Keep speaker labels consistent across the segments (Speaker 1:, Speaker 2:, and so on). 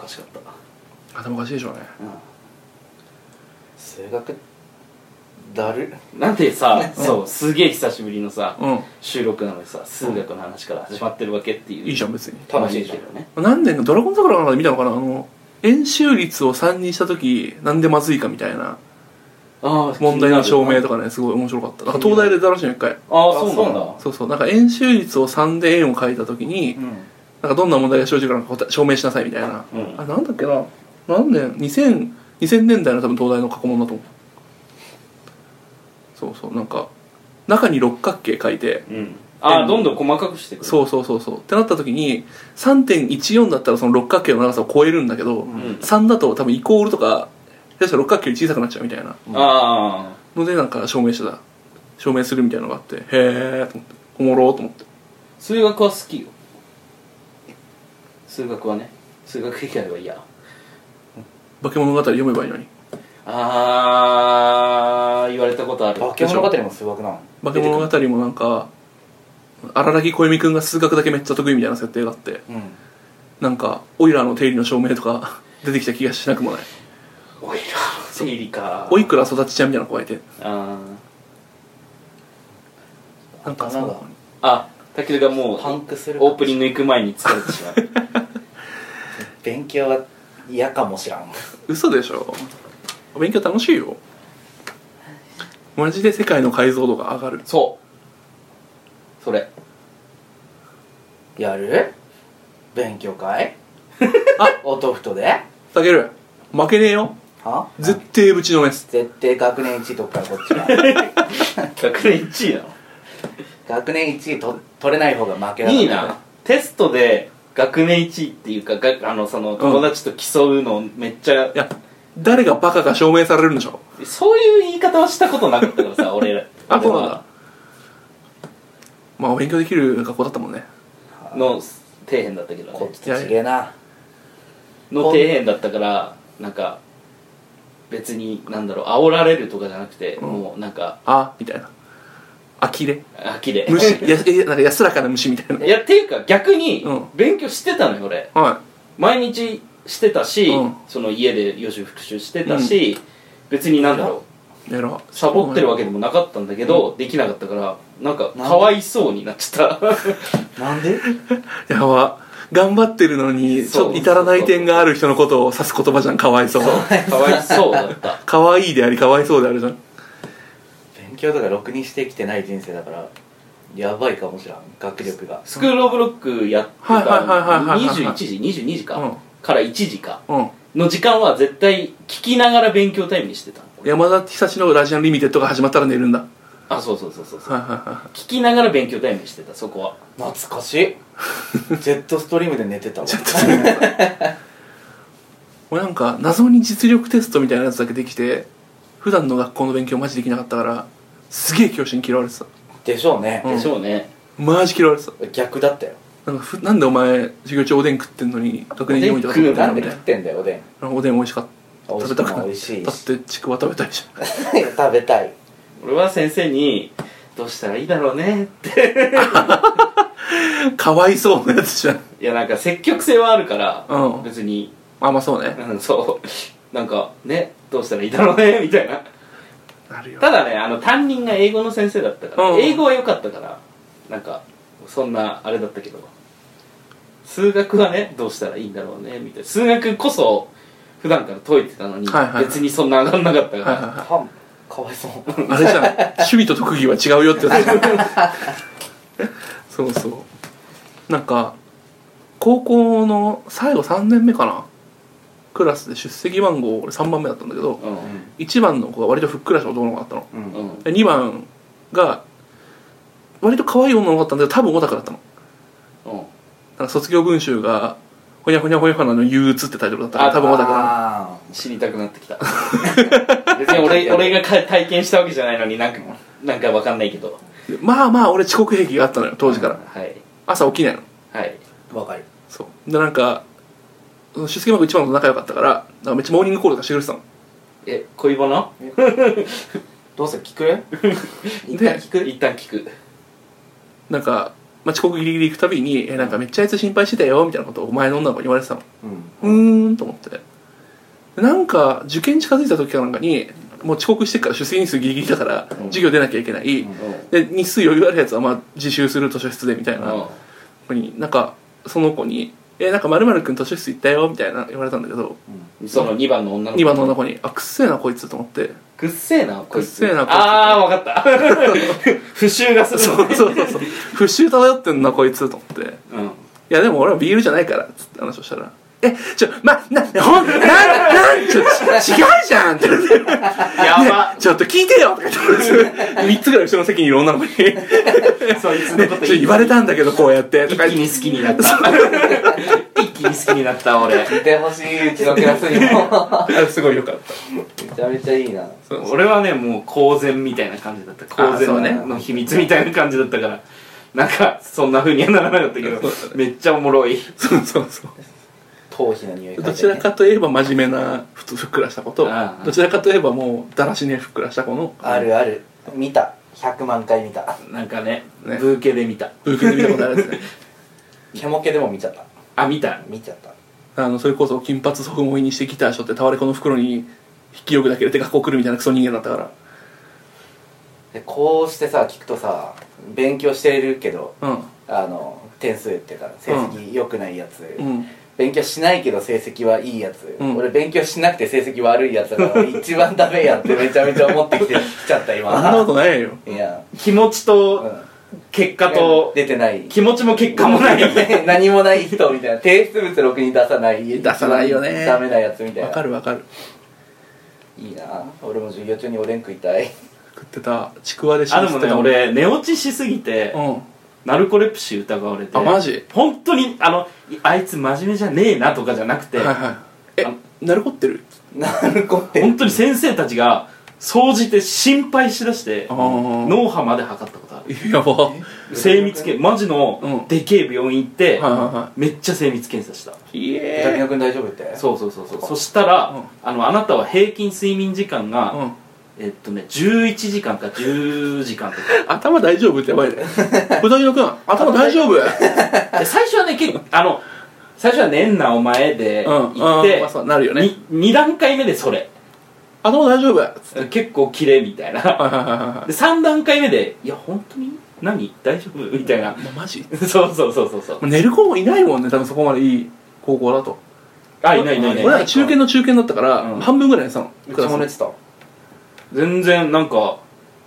Speaker 1: しかった。
Speaker 2: 頭おかしいでしょうね。
Speaker 3: 数学だる
Speaker 1: なんでさそうすげえ久しぶりのさ、収録なのにさ数学の話から始まってるわけっていう。
Speaker 2: いいじゃん別に。
Speaker 3: 楽しいじゃん
Speaker 1: けどね。
Speaker 2: 何年かドラゴン桜かで見たのかな、円周率を3にした時なんでまずいかみたいな問題の証明とかね、すごい面白かった。なんか東大で出たらしいの一回。
Speaker 1: そうなんだ。
Speaker 2: そうそう、なんか円周率を3で円を書いた時に、なんかどんな問題が生じるか証明しなさいみたいな、あ、なんだっけな、何年2000年代の多分東大の過去問だと思う。そうそう、なんか中に六角形書いて、
Speaker 1: どんどん細かくしてくる。
Speaker 2: そうってなった時に 3.14 だったらその六角形の長さを超えるんだけど、3だと多分イコールとか六角形より小さくなっちゃうみたいなので、なんか証明するみたいなのがあって、へえと思って、おもろーと思って。
Speaker 1: 数学は好きよ。数学はね、数学以外はいいや。
Speaker 2: 化け物語読めばいいのに。
Speaker 1: 言われたことある。
Speaker 3: 化け物語も数学なの？
Speaker 2: 化け物語もなんか荒木小弓くんが数学だけめっちゃ得意みたいな設定があって、なんかオイラーの定理の証明とか出てきた気がしなくもない。
Speaker 1: オイラーの定理か。
Speaker 2: おいくら育ちちゃんみたいな子がいて、
Speaker 3: なんか
Speaker 1: たけるがもう
Speaker 3: パンクする
Speaker 1: オープニング行く前に疲れてしまう。
Speaker 3: 勉強は嫌かもしらん。
Speaker 2: 嘘でしょ。勉強楽しいよ。マジで世界の解像度が上がる。
Speaker 1: それ
Speaker 3: やる？勉強会？おとふとで？
Speaker 2: たける負けねえよ。
Speaker 3: は？
Speaker 2: 絶対ぶちのめす。
Speaker 3: 絶対学年1位取っからこっちは。
Speaker 1: 学年1位なの？
Speaker 3: 学年1位取れない方が負けだ。
Speaker 1: いいな。テストで学年1位っていうか、その友達と競うのめっちゃ、
Speaker 2: いや誰がバカか証明されるんでしょ。
Speaker 1: そういう言い方はしたことなかったからさ俺ら。
Speaker 2: そうなんだ。まあお勉強できる学校だったもんね。
Speaker 1: の底辺だったけどね。
Speaker 3: こっちとちげえな。
Speaker 1: の底辺だったから、なんか別に煽られるとかじゃなくて、もうなんか
Speaker 2: みたいな、呆れ
Speaker 1: 虫
Speaker 2: なんか安らかな虫みたいな。
Speaker 1: いやっていうか逆に勉強してたのよ俺。毎日してたし、その家で予習復習してたし、別にサボってるわけでもなかったんだけど、できなかったからなんかかわいそうになっちゃった。
Speaker 3: なんで？
Speaker 2: やば、頑張ってるのにちょっと至らない点がある人のことを指す言葉じゃん。かわいそう。
Speaker 1: かわいそうだった。
Speaker 2: かわいいでありかわいそうであるじゃん。
Speaker 3: 勉強とかろくにしてきてない人生だからやばいかもしれん、学力が。
Speaker 1: スクールオブロックやってた21時22時か、から1時かの時間は絶対聞きながら勉強タイムにしてた。
Speaker 2: 山田久志のラジアンリミテッドが始まったら寝るんだ。
Speaker 1: そう聞きながら勉強タイムにしてた。そこは
Speaker 3: 懐かしい。ジェットストリームで寝てたわ。
Speaker 2: 俺なんか謎に実力テストみたいなやつだけできて、普段の学校の勉強マジできなかったからすげえ教師に嫌われてた。
Speaker 3: でしょうね。
Speaker 2: マジ嫌われてた。
Speaker 3: 逆だったよ。
Speaker 2: なんでお前授業中おでん食ってんのに学年4位とか取ってんのみたいな。
Speaker 3: なんで食ってんだよおでん。
Speaker 2: おでん美味しかった。食べたくない。
Speaker 3: 美味しいし。
Speaker 2: だってちくわ食べたいじゃん。
Speaker 3: 食べたい。
Speaker 1: 俺は先生にどうしたらいいだろうねって
Speaker 2: かわいそうなやつじゃん。
Speaker 1: いやなんか積極性はあるから、別に
Speaker 2: まあそうね、
Speaker 1: そうなんかね、どうしたらいいだろうねみたいな。ただね、担任が英語の先生だったから、英語は良かったからなんかそんなあれだったけど、数学はねどうしたらいいんだろうねみたいな。数学こそ普段から解いてたのに、別にそんな上がんなかったから、
Speaker 3: かわいそう。
Speaker 2: あれじゃん、趣味と特技は違うよってやつ。そうなんか高校の最後3年目かな、クラスで出席番号俺3番目だったんだけど、1番の子が割とふっくらした男の子だったの、2番が割と可愛い女の子だったんだけど多分オタクだったの。なんか卒業文集がほにゃほにゃほにゃほにゃの憂鬱ってタイトルだったから多分オタクだな。
Speaker 1: 知りたくなってきた。別に俺が体験したわけじゃないのになんか分かんないけど、
Speaker 2: まあ俺遅刻癖があったのよ当時から、朝起きないの。
Speaker 3: わかる。
Speaker 2: そうでなんか出席番号1番と仲良かったから、なんかめっちゃモーニングコールとかしてくれてたの。
Speaker 1: 恋バナ
Speaker 3: どうせ聞く？
Speaker 1: 一旦聞く。
Speaker 2: なんか遅刻ギリギリ行くたびになんかめっちゃあいつ心配してたよみたいなことを前の女の子に言われてたの。と思って、なんか受験近づいた時かなんかにもう遅刻してから出席日数ギリギリだから授業出なきゃいけない、で日数余裕あるやつはまあ自習する図書室でみたいな子になんかその子になんか〇〇くん図書室行ったよみたいな言われたんだけど、
Speaker 1: その2番の女の子、
Speaker 2: 2番の女の子にくっせえなこいつと思って、
Speaker 1: くっせえなこいつ、
Speaker 2: くっせえなこいつ、
Speaker 1: ああ分かった復習がする、
Speaker 2: そう復習漂ってんなこいつと思って、いやでも俺はビールじゃないからっつって話をしたら、違うじゃんってやば、ちょっと聞いてよとか言って3つぐらい後ろの席にいる女の子に
Speaker 1: そいつのこと
Speaker 2: 言われたんだけどこうやって
Speaker 1: 一気に好きになった一気に好きになった俺。
Speaker 3: 聞いてほしい、うちのクラスにも
Speaker 2: すごいよかった。
Speaker 3: めちゃめちゃいいな。
Speaker 1: 俺はねもう公然みたいな感じだった。公然の秘密みたいな感じだったから、なんかそんな風にはならなかったけどめっちゃおもろい。
Speaker 2: そう
Speaker 3: 頭皮の匂い、
Speaker 2: どちらかといえば真面目なふっくらした子と、どちらかといえばもうだらしねふっくらした子の、
Speaker 3: あるある、見た、100万回見た。
Speaker 1: なんかねブーケで見た。
Speaker 2: ブーケで見たことあるんですね
Speaker 3: ケモケでも見ちゃった。
Speaker 1: あ、見ちゃった。
Speaker 2: それこそ金髪ソフモイにしてギターしょってタワレコの袋に筆記用具だけ入れて学校来るみたいなクソ人間だったから。
Speaker 3: でこうしてさ聞くとさ、勉強してるけど、点数っていうか成績良くないやつ、勉強しないけど成績はいいやつ、俺勉強しなくて成績悪いやつだから一番ダメやってめちゃめちゃ思ってきちゃった今。
Speaker 2: そんなことないよ。
Speaker 3: いや、
Speaker 1: 気持ちと結果と
Speaker 3: 出てない、
Speaker 1: 気持ちも結果もない
Speaker 3: 何もない人みたいな、提出物ろくに出さないよね、ダメなやつみたいな。
Speaker 2: わかる
Speaker 3: いいな、俺も授業中におでん食いたい。
Speaker 2: 食ってた、ちくわで。
Speaker 1: でもね俺寝落ちしすぎてナルコレプシー疑われて。
Speaker 2: あ、マジ？
Speaker 1: 本当にあいつ真面目じゃねえなとかじゃなくて、
Speaker 2: ナルコってる？
Speaker 1: 本当に先生たちが総じて心配しだして脳波まで測ったことある。
Speaker 2: やば。
Speaker 1: 精密検マジのでけえ病院行ってめっちゃ精密検査した。
Speaker 3: 滝野くん大丈夫って？
Speaker 1: そうそしたらあなたは平均睡眠時間が11時間か10時間とか。
Speaker 2: 頭大丈夫ってやばいね。小滝野くん頭大丈夫？
Speaker 1: 最初はね結構最初はねんなお前で行って2段階目でそれ
Speaker 2: 頭大丈夫
Speaker 1: 結構キレみたいなで3段階目でいや本当に何大丈夫みたいな。
Speaker 2: マジ？
Speaker 1: そう
Speaker 2: 寝る子もいないもんね多分そこまでいい高校だと。
Speaker 1: いない
Speaker 2: 俺は中堅の中堅だったから半分ぐらい寝てたの。
Speaker 3: うちも寝てた。
Speaker 1: 全然なんか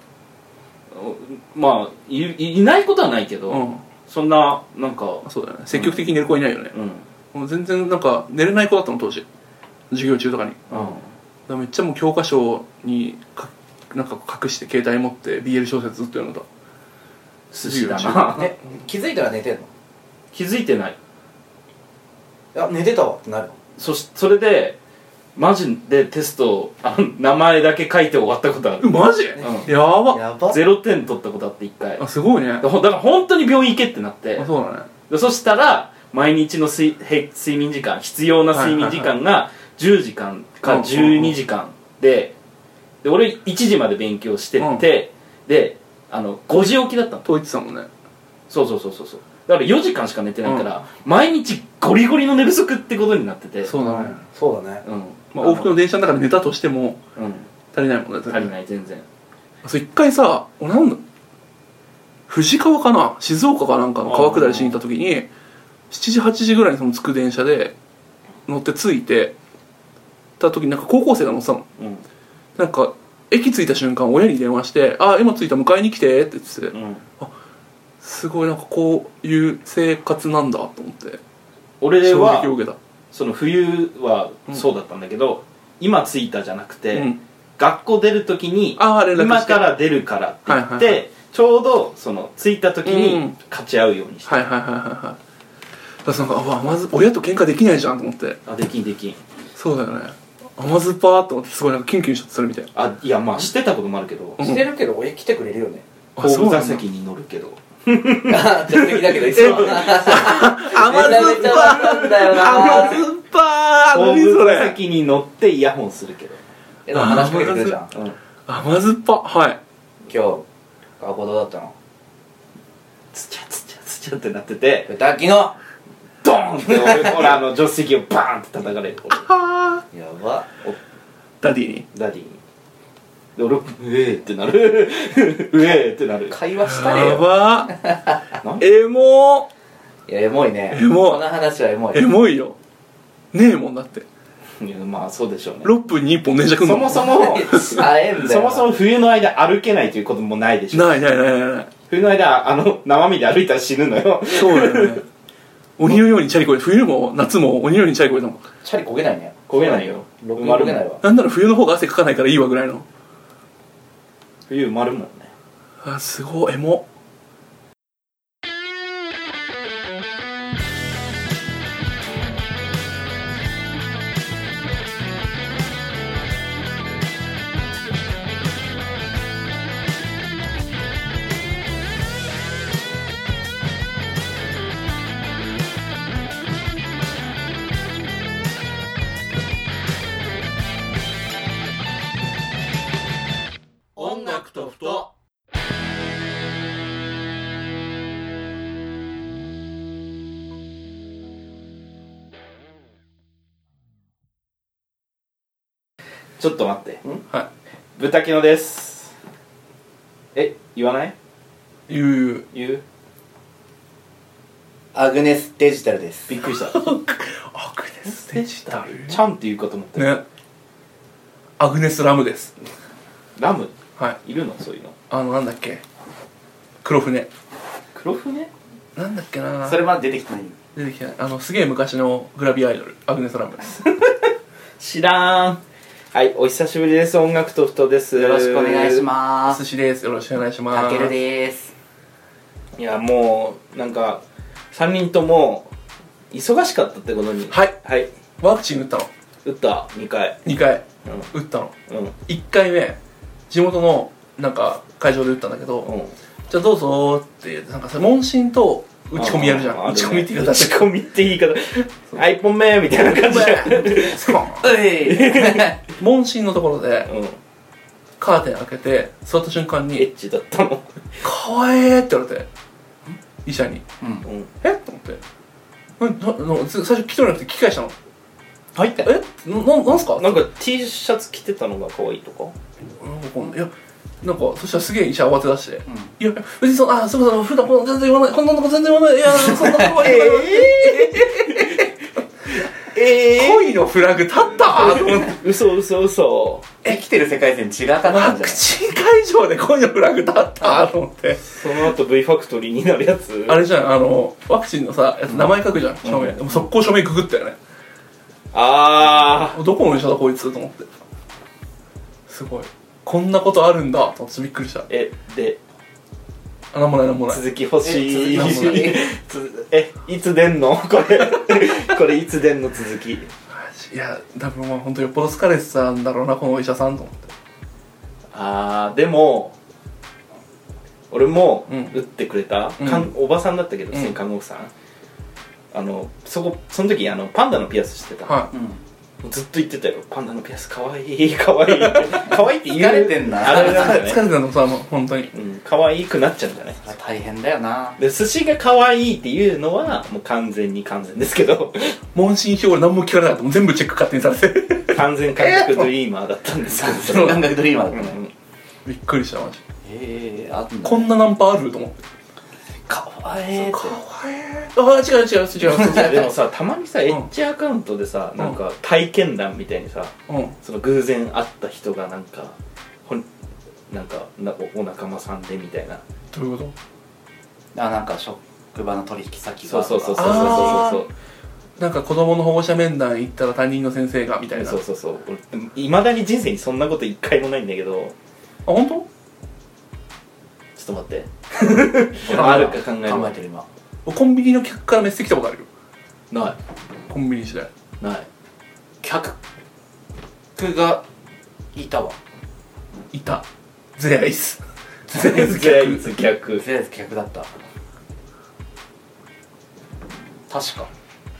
Speaker 1: まあいないことはないけどそんななんか
Speaker 2: そうだよね、積極的に寝る子いないよね。もう全然なんか寝れない子だったの当時授業中とかに。めっちゃもう教科書になんか隠して携帯持って BL 小説ずっと読んだ。
Speaker 1: 寿司だな。
Speaker 3: 気づいたら寝てんの？
Speaker 1: 気づいてない。
Speaker 3: いや寝てたわってなるの。
Speaker 1: それでマジでテスト名前だけ書いて終わったことある。
Speaker 2: マジ？やば。
Speaker 1: 0点取ったことあって1回。
Speaker 2: すごいね。
Speaker 1: だから本当に病院行けってなって。
Speaker 2: そうだね。
Speaker 1: そしたら毎日の睡眠時間、必要な睡眠時間が10時間か12時間で俺1時まで勉強してて、で5時起きだったの。
Speaker 2: と言ってたもんね。
Speaker 1: そうだから4時間しか寝てないから毎日ゴリゴリの寝不足ってことになってて。
Speaker 2: そうだね。
Speaker 1: 往
Speaker 2: 復の電車の中で寝たとしても足りないもんね。
Speaker 1: 足りない全然。
Speaker 2: 一回さ、なんだ藤川かな静岡かなんかの川下りしに行った時に7時8時ぐらいにその着く電車で乗って着いてた時になんか高校生が乗ってたの。なんか駅着いた瞬間親に電話して「あ、今着いた迎えに来て」って言ってて、すごいなんかこういう生活なんだと思って
Speaker 1: 俺は
Speaker 2: 衝撃を受けた。
Speaker 1: その冬はそうだったんだけど、今着いたじゃなくて、学校出る時に今から出るからって言って、ちょうどその着いた時に勝ち合うようにして。だ
Speaker 2: からなんかまず親と喧嘩できないじゃんと思って。
Speaker 1: できん。
Speaker 2: そうだよね。甘酸っぱーって思ってすごいなんかキュンキュンしちゃってそれみたい。
Speaker 1: いやまあしてたこともあるけど。
Speaker 3: してるけど親来てくれるよね。
Speaker 1: 後部座席に乗るけど。
Speaker 3: 助手席だけどいつも甘酸っ
Speaker 2: ぱ
Speaker 1: 後部座席に乗ってイヤホンするけど。
Speaker 3: でも話しかけてくるじゃん。
Speaker 2: 甘酸っぱ。はい。
Speaker 3: 今日学校どうだったの？
Speaker 1: つちゃちゃってなってて、
Speaker 3: 豚キノ
Speaker 1: ドーンって俺助手席をバーンって叩かれる。
Speaker 3: やば。
Speaker 2: ダディに
Speaker 1: ダディにで俺ってなるってなる。
Speaker 3: 会話したれよ。
Speaker 2: やばエモ
Speaker 3: いやエモいね。
Speaker 2: エモい。
Speaker 3: この話はエモい。
Speaker 2: エモいよ。ねえもんだって。
Speaker 1: いやまあそうでしょうね。
Speaker 2: 6分に1本電車来んの。
Speaker 1: そも
Speaker 3: 会えんだよ。
Speaker 1: そもそも冬の間歩けないということもないでしょ。
Speaker 2: ない。
Speaker 1: 冬の間生身で歩いたら死ぬのよ。
Speaker 2: そうだよね。鬼のようにチャリこいで、冬も夏も鬼のようにチャリこいだもん。
Speaker 3: チャリ焦げないね。
Speaker 1: 焦げないよ。
Speaker 3: ろくに焦げないわ。
Speaker 2: なんなら冬の方が汗かかないからいいわぐらいの。
Speaker 1: 冬埋まるもんね。
Speaker 2: あ、すごいエモ。
Speaker 1: 音楽とふと。ちょっと待って。
Speaker 2: はい。
Speaker 1: 豚キノです。言わない？
Speaker 2: 言う。
Speaker 3: アグネスデジタルです。
Speaker 1: びっくりした。
Speaker 2: アグネスデジタル
Speaker 1: ちゃんって言うかと思った。
Speaker 2: ね。アグネスラムです。
Speaker 1: ラム？
Speaker 2: はい。
Speaker 1: いるのそういうの。
Speaker 2: なんだっけ、黒船。
Speaker 1: 黒船？
Speaker 2: なんだっけな。
Speaker 3: それまで出てきてない。
Speaker 2: 出てきてない。すげえ昔のグラビアアイドル、アグネスラムです。
Speaker 1: 知らん。はい、お久しぶりです。音楽とふとです。
Speaker 3: よろしくお願いします。
Speaker 2: 寿司です。よろしくお願いします。
Speaker 3: たけるです。
Speaker 1: いやもうなんか3人とも忙しかったってことに。
Speaker 2: はい。
Speaker 1: はい。
Speaker 2: ワクチン打ったの。
Speaker 1: 打った2回。
Speaker 2: 2回、打ったの。1回目地元のなんか会場で打ったんだけど、じゃあどうぞってなんかさ、問診と打ち込みやるじゃん。打ち込みって言い方。
Speaker 1: 打ち込みって言い方。1本目みたいな感じ
Speaker 2: で問診のところでカーテン開けて座った瞬間に
Speaker 1: エッチだったの。
Speaker 2: かわえーって言われて、医者にえっと思って、最初聞き取れなくて聞き返したの。
Speaker 1: はいって
Speaker 2: なんすか。
Speaker 1: なんか T シャツ着てたのが可愛いとか。
Speaker 2: いやなんかそしたらすげえ医者慌て出して、いや別にそうか普段全然言わない、こんなとこ全然言わない、いやそんな可愛い恋のフラグ立ったと思って。
Speaker 1: 嘘
Speaker 3: 生きてる世界線違かったんじゃない？
Speaker 2: ワクチン会場で恋のフラグ立ったと思って。
Speaker 1: その後 V ファクトリーになるやつ。
Speaker 2: あれじゃん、ワクチンのさやつ名前書くじゃん、署名。でも速攻署名くぐったよね。どこの医者だこいつと思って。すごい、こんなことあるんだと思ってびっくりした。
Speaker 1: で
Speaker 2: なんもない
Speaker 1: 続き欲しい。いつ出んのこれいつ出んの続き。
Speaker 2: いや多分まあ本当よっぽど疲れてたんだろうなこのお医者さんと思って。
Speaker 1: でも俺も打ってくれた、おばさんだったけど、看護婦さん、その時パンダのピアスしてた、ずっと言ってたよ。パンダのピアスかわいい可愛いって言われてんな。
Speaker 2: 疲れてたのさ、本当に
Speaker 1: 可愛くなっちゃうんじゃない。
Speaker 3: 大変だよな。
Speaker 1: で寿司が可愛いっていうのはもう完全ですけど、
Speaker 2: 問診票俺何も聞かれなかった。もう全部チェック勝手にされて
Speaker 1: 完全感覚ドリーマーだったんですけど。
Speaker 3: 感覚ドリーマーだったね。
Speaker 2: びっくりしたマジ。
Speaker 3: こ
Speaker 2: んなナンパあると思って。
Speaker 3: かわいい。
Speaker 2: かわいい。違う。
Speaker 1: でもさ、たまにさエッジアカウントでさ、なんか体験談みたいにさ、その偶然会った人がなんかお仲間さんでみたいな。
Speaker 2: どういうこと？
Speaker 3: なんか職場の取引先が。
Speaker 1: そう。
Speaker 2: なんか子供の保護者面談行ったら担任の先生がみたいな。
Speaker 1: そう。いまだに人生にそんなこと一回もないんだけど。
Speaker 2: 本当？
Speaker 1: ちょっと待って。あるか考えてる今。
Speaker 2: コンビニの客からメッセ来たことあるよ。
Speaker 1: ない。
Speaker 2: コンビニ時代
Speaker 1: ない。
Speaker 3: 客がいたわ。
Speaker 2: いた。ゼアイス
Speaker 3: 客だった。確か。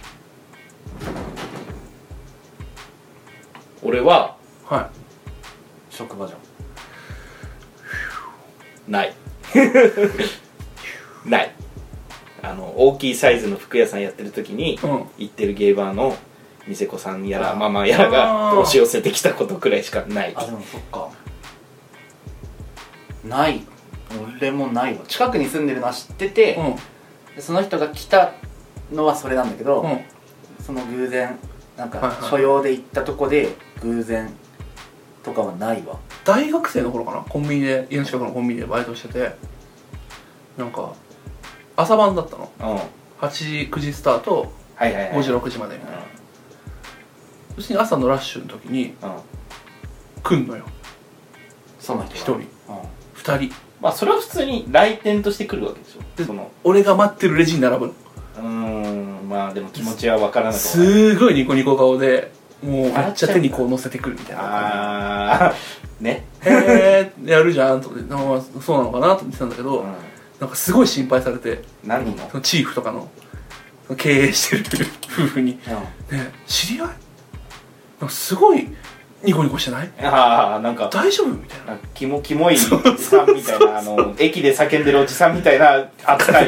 Speaker 1: 俺は
Speaker 3: 職場じゃん。
Speaker 1: ない大きいサイズの服屋さんやってる時に、行ってるゲイバーの店子さんやらママやらが押し寄せてきたことくらいしかない。
Speaker 3: でもそっか、ない。俺もないわ。近くに住んでるのは知ってて、その人が来たのはそれなんだけど、その偶然なんか所用で行ったとこで偶然とかはないわ。
Speaker 2: 大学生の頃かな、コンビニで、家の近くのコンビニでバイトしてて、なんか朝晩だったの、8時9時スタート、5時6時までみたいな。別に朝のラッシュの時に来んのよ、
Speaker 3: その人
Speaker 2: 1人2人。
Speaker 1: まあそれは普通に来店として来るわけでしょ。
Speaker 2: 俺が待ってるレジに並ぶの。
Speaker 1: まあでも気持ちは分からなくもない。
Speaker 2: すごいニコニコ顔で、もうめっちゃ手にこう乗せてくるみたいな
Speaker 1: 感じね。
Speaker 2: へえ、やるじゃんと思って、そうなのかなと思ってたんだけど、なんかすごい心配されて、
Speaker 1: 何の
Speaker 2: そのチーフとかの経営してる夫婦に、ね、知り合いなんかすごいニコニコしてない？
Speaker 1: なんか
Speaker 2: 大丈夫みたいな。
Speaker 1: キモいおじさんみたいな、駅で叫んでるおじさんみたいな扱い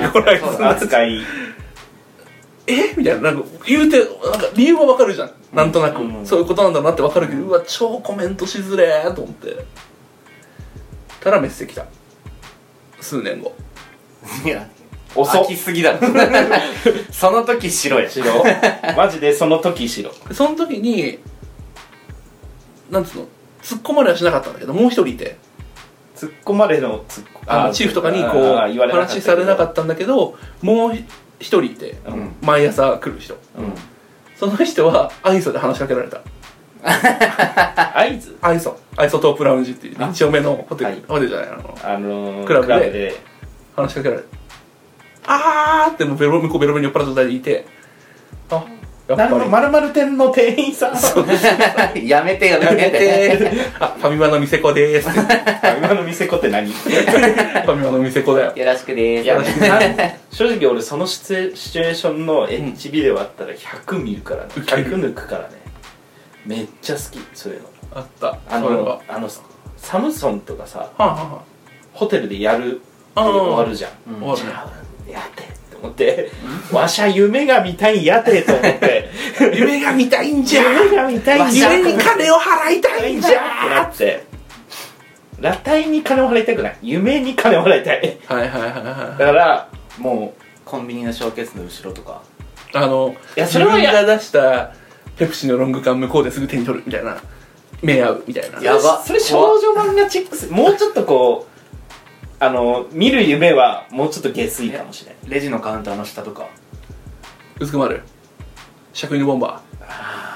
Speaker 2: みたいな、なんか言うて、なんか理由はわかるじゃん、なんとなく、そういうことなんだなってわかるけど、うわ超コメントしづれーと思ってたらメッセ来た。数年後。
Speaker 3: いや飽きすぎだろその時しろや。
Speaker 1: マジでその時しろ。
Speaker 2: その時になんつうの、突っ込まれはしなかったんだけど、もう一人いて、
Speaker 1: 突っ込まれの
Speaker 2: チーフとかにこう話されなかったんだけど、もう一人いて、毎朝来る人、その人はアイソで話しかけられた。アイソトープラウンジっていう2丁目のホテルじゃない、クラブで話しかけられた。ってもう向こうベロベロに酔っ払った状態でいて、
Speaker 1: なるほど、〇〇店の店員さん
Speaker 3: やめてフ
Speaker 2: ァミマの店子でーす。フ
Speaker 1: ァミマの店子って何？フ
Speaker 2: ァミマの店子だよ。
Speaker 3: よろしくでー
Speaker 1: す。正直俺そのシチュエーションのエッチビデオあったら100見るからね、100抜くからね。めっちゃ好き、そういうの。
Speaker 2: あった。
Speaker 1: サムソンとかさ、ホテルでやる終わるじゃん。やってって思って、わしゃ夢が見たいんやてと思って
Speaker 2: 夢が見たいんじゃ、夢に金を払いたいんじゃって
Speaker 1: なって、裸体に金を払いたくない、夢に金を払いたい。だからもう
Speaker 3: コンビニのショーケースの後ろとか、
Speaker 2: 自分が出したペプシのロング缶向こうですぐ手に取るみたいな、目合うみたいな。
Speaker 3: やば、
Speaker 1: それ少女漫画チックス。もうちょっとこう見る夢はもうちょっと下水かもしれない。
Speaker 3: レジのカウンターの下とか、
Speaker 2: うずくまる尺犬ボンバー、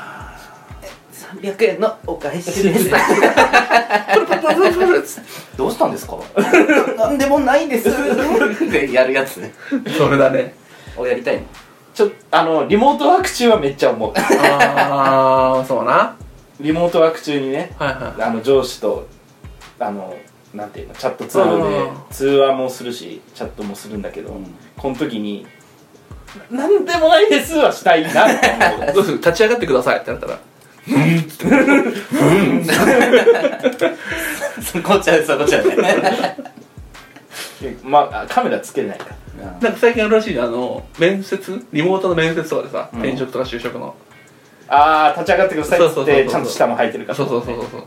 Speaker 3: 300円のお返しですどうしたんですかなんでもないんですでやるやつ。
Speaker 2: それだね。
Speaker 3: やりたいの。
Speaker 1: リモートワーク中はめっちゃ思う。
Speaker 2: そうな。
Speaker 1: リモートワーク中にね、上司となんていうの、チャットツールで通話もするしチャットもするんだけど、この時に「なんでもないです」はしたいなって思う。
Speaker 2: どうする？立ち上がってくださいってなったら
Speaker 3: そこちゃうね。
Speaker 1: まあカメラつけれないから。
Speaker 2: なんか最近あるらしいじゃん、面接、リモートの面接とかでさ、転職とか就職の
Speaker 1: 立ち上がってくださいっつってちゃんと下も履いてるから。
Speaker 2: そう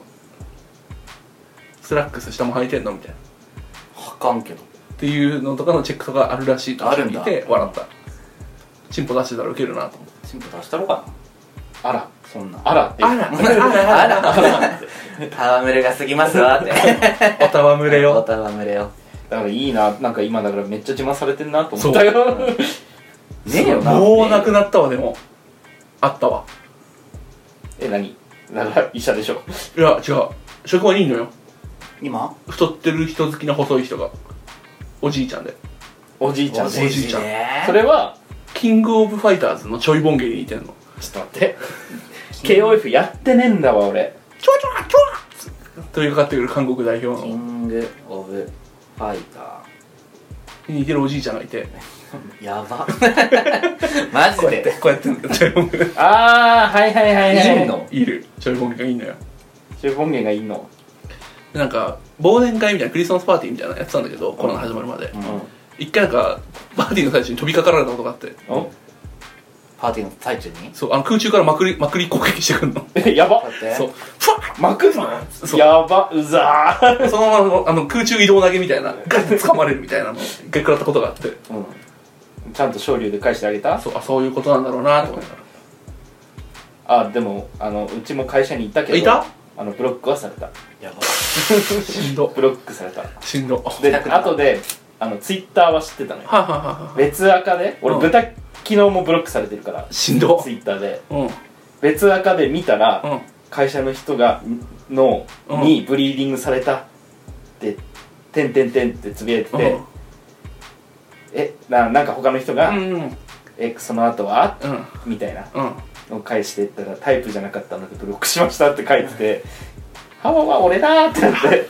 Speaker 2: スラックス下も履いてんのみたいな。
Speaker 3: 履かんけど
Speaker 2: っていうのとかのチェックとかあるらしいと聞いて笑った。チンポ出してたらウケるなと思って。
Speaker 3: チンポ出したろかな。
Speaker 1: あら、
Speaker 3: そんな
Speaker 1: あらって
Speaker 3: 戯れが過ぎますわって
Speaker 2: おたわむれよ。
Speaker 3: だ
Speaker 1: からいいな、なんか今だからめっちゃ自慢されてんなと思ったよ。ね
Speaker 3: えよな。
Speaker 2: もうなくなったわ。でもあったわ。
Speaker 1: 何？だから医者でしょ。
Speaker 2: いや違う、職場にいんのよ
Speaker 3: 今。
Speaker 2: 太ってる人好きな細い人が、おじいちゃんで。
Speaker 1: おじいちゃん。
Speaker 2: そ
Speaker 1: れは
Speaker 2: キングオブファイターズのちょいボンゲに似てんの。
Speaker 1: ちょっと待って、KOF やってねえんだわ俺。
Speaker 2: ちょというかかってくる韓国代表の
Speaker 3: キングオブファイタ
Speaker 2: ーに似てるおじいちゃんがいて
Speaker 3: やばマジで
Speaker 2: こうやってんだよ、ちょいボンゲ。
Speaker 1: はい
Speaker 2: いるちょいボンゲがいいのよ。
Speaker 1: ちょいボンゲがいいの。
Speaker 2: なんか忘年会みたいなクリスマスパーティーみたいなのやってたんだけど、コロナ始まるまで、 一回なんかパーティーの最中に飛びかかられたことがあって。
Speaker 3: パーティーの最中に？
Speaker 2: そう、空中からまくり攻撃してくるの。
Speaker 1: やば。
Speaker 2: そう。
Speaker 1: ふわっまくんの？やば、うざー。
Speaker 2: そのまま空中移動投げみたいな、ガッて掴まれるみたいなのを一回食らったことがあって。
Speaker 1: ちゃんと昇竜で返してあげた？
Speaker 2: そういうことなんだろうなと思いなが
Speaker 1: ら。でもうちも会社にいたけど。
Speaker 2: いた？
Speaker 1: ブロックはされた。
Speaker 3: やば。
Speaker 2: しんど。
Speaker 1: ブロックされた。
Speaker 2: しんど。
Speaker 1: で、後でツイッターは知ってたのよ。別アカで、俺昨日もブロックされてるから。
Speaker 2: しんど。
Speaker 1: ツイッターで。別アカで見たら、会社の人がにブリーディングされたって「てんてんてん」ってつぶやいてて、なんか他の人が「その後は?」みたいなのを返していったらタイプじゃなかったのでブロックしましたって書いてて「はわわ俺だ!」ってなって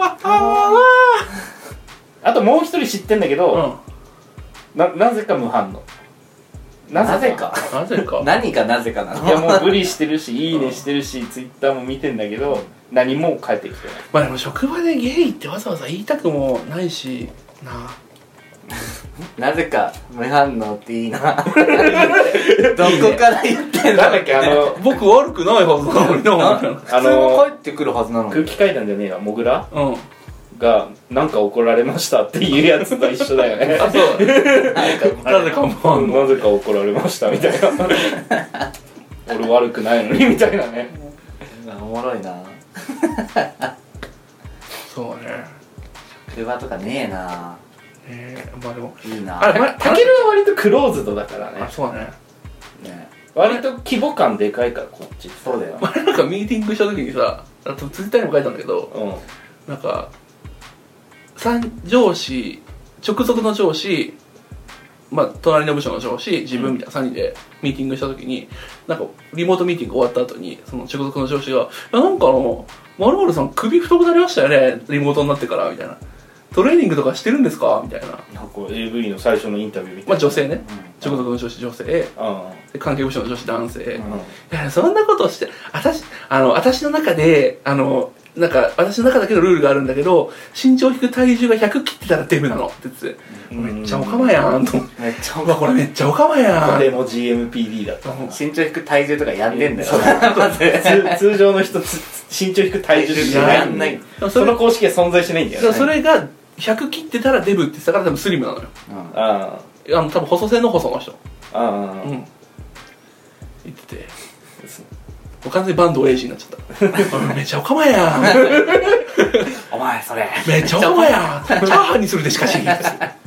Speaker 1: あともう一人知ってんだけどなぜか無反応。
Speaker 3: なぜか何がなぜかなの？
Speaker 1: いやもうブリしてるしいいねしてるしツイッターも見てんだけど何も返ってきてない。
Speaker 2: まあでも職場でゲイってわざわざ言いたくもないし
Speaker 3: なぜか無反応っていいなどこから言ってんの？
Speaker 1: なんだっけ
Speaker 2: 僕悪くないはずなのにな
Speaker 3: 普通も帰ってくるはずなのに。
Speaker 1: 空気階段じゃねえわモグラがなんか怒られましたっていうやつと一緒だよね。
Speaker 2: あ、そうなぜか
Speaker 1: 怒られましたみたいな俺悪くないのにみたいなね。
Speaker 3: おもろいな
Speaker 2: そうね。
Speaker 3: 職場とかねえな。
Speaker 2: まあでも
Speaker 1: いいな。タケルは割とクローズドだからね。
Speaker 2: あ、そうだね。
Speaker 1: 割と規模感でかいからこっち。
Speaker 3: そうだよ。
Speaker 2: なんかミーティングした時にさ、ツイッターにも書いたんだけど、なんか上司、直属の上司、隣の部署の上司、自分みたいな3人でミーティングした時に、なんかリモートミーティング終わった後にその直属の上司が「なんか〇〇さん首太くなりましたよねリモートになってから」みたいな「トレーニングとかしてるんですか?」みたいな。
Speaker 1: なんか AV の最初のインタビューみたいな。
Speaker 2: 女性ね、直属の上司女性、で関係部署の上司男性、いやそんなことをして私の中でなんか私の中だけのルールがあるんだけど身長引く体重が100切ってたらデブなのって言ってて、めっちゃオカマやんと思って、これめっちゃオカマやん。
Speaker 1: でも GMPD だった。
Speaker 3: 身長引く体重とかやんでんだよ。
Speaker 1: 通常の人身長引く体重ってやんない。その公式は存在しないんだよね。
Speaker 2: それが100切ってたらデブって言ってたから多分スリムなのよ。多分細線の細の人言ってて、完全にバンドエイジになっちゃっためっちゃオカマやん
Speaker 3: お前それ
Speaker 2: めっちゃオカマやんチャーハンにするでしかしいや